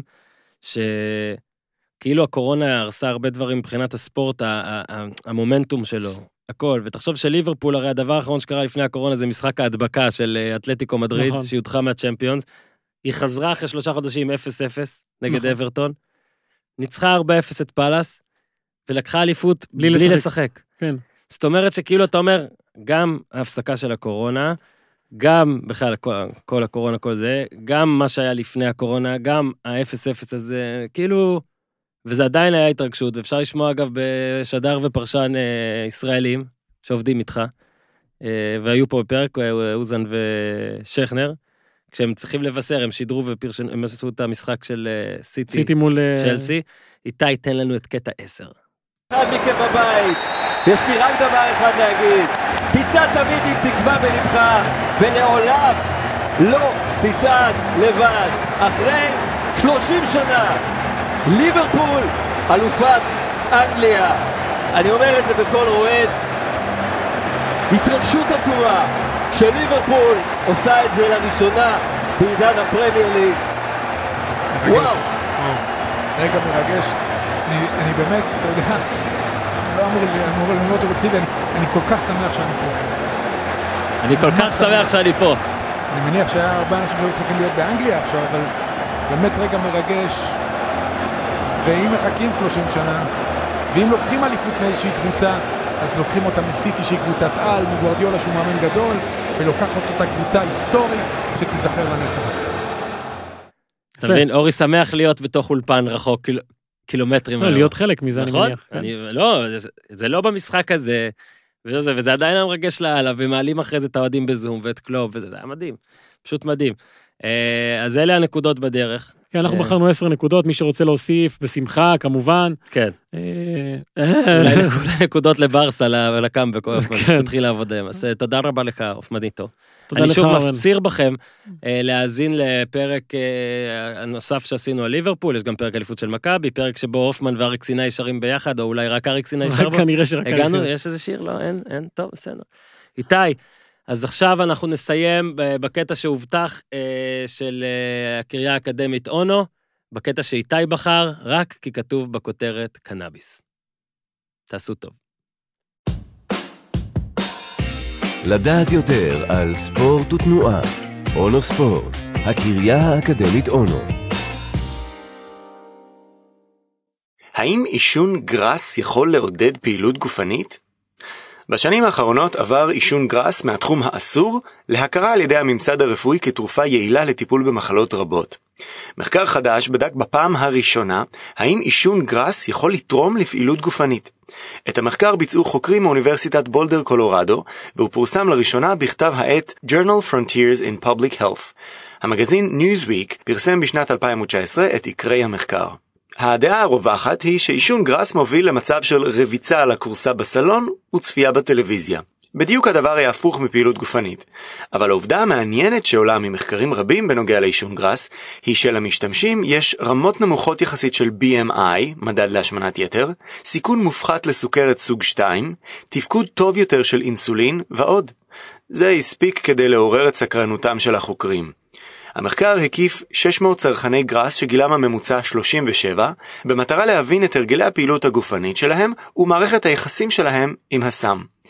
שכאילו הקורונה הרסה הרבה דברים מבחינת הספורט, המומנטום שלו, הכל, ותחשוב שליברפול, הרי הדבר האחרון שקרה לפני הקורונה, זה משחק ההדבקה של אתלטיקו מדריד, נכון. שיודחה מהצ'מפיונס, היא חזרה אחרי 3 חודשים 0-0 נגד נכון. אברטון, ניצחה 4-0 את פלאס, ולקחה אליפות בלי לשחק. כן. זאת אומרת שכאילו אתה אומר, גם ההפסקה של הקורונה, גם בכלל כל הקורונה, כל זה, גם מה שהיה לפני הקורונה, גם ה-0-0 הזה, כאילו, וזה עדיין היה התרגשות, ואפשר לשמוע אגב בשדר ופרשן ישראלים, שעובדים איתך, והיו פה בפרק, אוזן ושכנר, כשהם צריכים לבשר, הם שידרו הם עשו את המשחק של סיטי מול צ'לסי, איתי תן לנו את קטע 10. אחד מכם בבית, יש לי רק דבר אחד להגיד, תצעד תמיד עם תקווה בלבך, ולעולם לא תצעד לבד. אחרי 30 שנה, ליברפול, אלופת אנגליה. אני אומר את זה בכל רועד, התרגשות עצומה, שליברפול עושה את זה לראשונה בעידן הפרמייר ליג. וואו. רגע מרגש, אני באמת, אתה יודע, לא אמור ללמוד אובייקטיבי, אני כל כך שמח שאני פה. אני כל כך שמח שאני פה. אני מניח שהיה הרבה אנשים שהיו שמחים להיות באנגליה עכשיו, אבל באמת רגע מרגש, ואם מחכים 30 שנה, ואם לוקחים אליפות מאיזושהי קבוצה, אז לוקחים אותה מסיטי שהיא קבוצת על, מגוארדיולה שהוא מאמן גדול, ולוקחת אותה קבוצה היסטורית שתיזכר לנצח. אתה מבין, אורי שמח להיות בתוך אולפן רחוק קילומטרים. לא, להיות חלק מזה, אני מניח. לא, זה לא במשחק הזה, וזה עדיין היה מרגש להלאה, ומעלים אחרי זה את האוהדים בזום, ואת קלוב, וזה היה מדהים, פשוט מדהים. אז אלה הנקודות בדרך. כן, אנחנו בחרנו 10 נקודות, מי שרוצה להוסיף, בשמחה, כמובן. כן. אולי נקודות לברסה, לקאמבק, תתחיל לעבוד. אז תודה רבה לך, אופמניטו. אני שוב מפציר בכם להאזין לפרק הנוסף שעשינו על ליברפול, יש גם פרק אליפות של מכבי, פרק שבו אופמן ואריק סיני שרים ביחד, או אולי רק אריק סיני שר בו. כנראה שרק אריק סיני. יש איזה שיר? לא, אין, טוב, בסדר. איתי, אז עכשיו אנחנו נסיים בקטע שהובטח של הקריה האקדמית אונו, בקטע שאיתי בחר, רק כי כתוב בכותרת קנאביס. תעשו טוב. לדעת יותר על ספורט ותנועה. אונו ספורט, הקריה האקדמית אונו. האם עישון גראס יכול לעודד פעילות גופנית? בשנים האחרונות עבר עישון גראס מהתחום האסור להכרה על ידי הממסד הרפואי כתרופה יעילה לטיפול במחלות רבות. מחקר חדש בדק בפעם הראשונה האם עישון גראס יכול לתרום לפעילות גופנית. את המחקר ביצעו חוקרים מאוניברסיטת בולדר קולורדו, והוא פורסם לראשונה בכתב העת Journal Frontiers in Public Health. המגזין Newsweek פרסם בשנת 2019 את עיקרי המחקר. הדעה הרווחת היא שעישון גראס מוביל למצב של רביצה על הכורסה בסלון וצפייה בטלוויזיה. בדיוק הדבר היה הפוך מפעילות גופנית. אבל העובדה המעניינת שעולה ממחקרים רבים בנוגע לעישון גראס, היא שלמשתמשים יש רמות נמוכות יחסית של BMI, מדד להשמנת יתר, סיכון מופחת לסוכרת סוג 2, תפקוד טוב יותר של אינסולין ועוד. זה הספיק כדי לעורר את סקרנותם של החוקרים. המחקר הקיף 600 צרכני גראס שגילם הממוצע 37, במטרה להבין את הרגלי הפעילות הגופנית שלהם ומערכת היחסים שלהם עם הסם.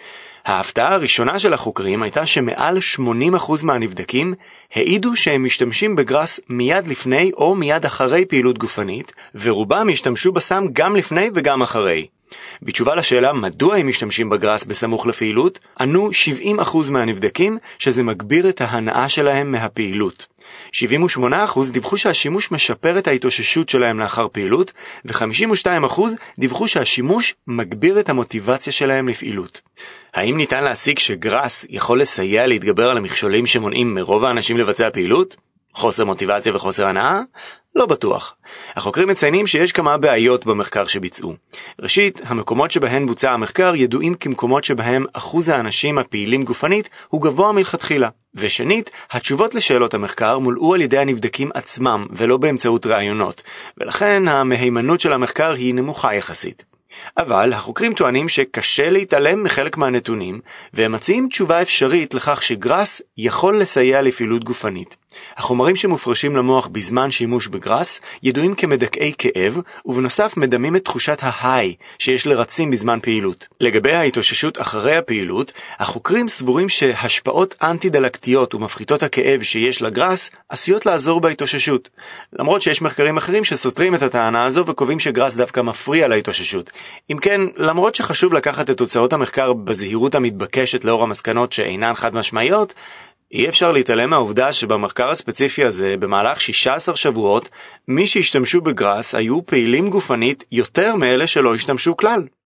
ההפתעה הראשונה של החוקרים הייתה שמעל 80% מהנבדקים העידו שהם משתמשים בגראס מיד לפני או מיד אחרי פעילות גופנית, ורובם השתמשו בסם גם לפני וגם אחרי. בתשובה לשאלה מדוע הם משתמשים בגראס בסמוך לפעילות, ענו 70% מהנבדקים שזה מגביר את ההנאה שלהם מהפעילות. 78% דיווחו שהשימוש משפר את ההתאוששות שלהם לאחר פעילות, ו-52% דיווחו שהשימוש מגביר את המוטיבציה שלהם לפעילות. האם ניתן להסיק שגראס יכול לסייע להתגבר על המכשולים שמונעים מרוב האנשים לבצע פעילות? חוסר מוטיבציה וחוסר הנאה? לא בטוח. החוקרים מציינים שיש כמה בעיות במחקר שביצעו. ראשית, המקומות שבהן בוצע המחקר ידועים כמקומות שבהם אחוז האנשים הפעילים גופנית הוא גבוה מלכתחילה. ושנית, התשובות לשאלות המחקר מולאו על ידי הנבדקים עצמם ולא באמצעות רעיונות, ולכן המהימנות של המחקר היא נמוכה יחסית. אבל החוקרים טוענים שקשה להתעלם מחלק מהנתונים, והם מציעים תשובה אפשרית לכך שגראס יכול לסייע לפעילות גופנית. החומרים שמופרשים למוח בזמן שימוש בגראס ידועים כמדכאי כאב, ובנוסף מדמים את תחושת ההיי שיש לרצים בזמן פעילות. לגבי ההתאוששות אחרי הפעילות, החוקרים סבורים שהשפעות אנטי-דלקתיות ומפחיתות הכאב שיש לגראס עשויות לעזור בהתאוששות. למרות שיש מחקרים אחרים שסותרים את הטענה הזו וקובעים שגראס דווקא מפריע להתאוששות. אם כן, למרות שחשוב לקחת את תוצאות המחקר בזהירות המתבקשת לאור המסקנות שאינן חד משמעיות, אי אפשר להתעלם מהעובדה שבמחקר הספציפי הזה, במהלך 16 שבועות, מי שהשתמשו בגראס היו פעילים גופנית יותר מאלה שלא השתמשו כלל.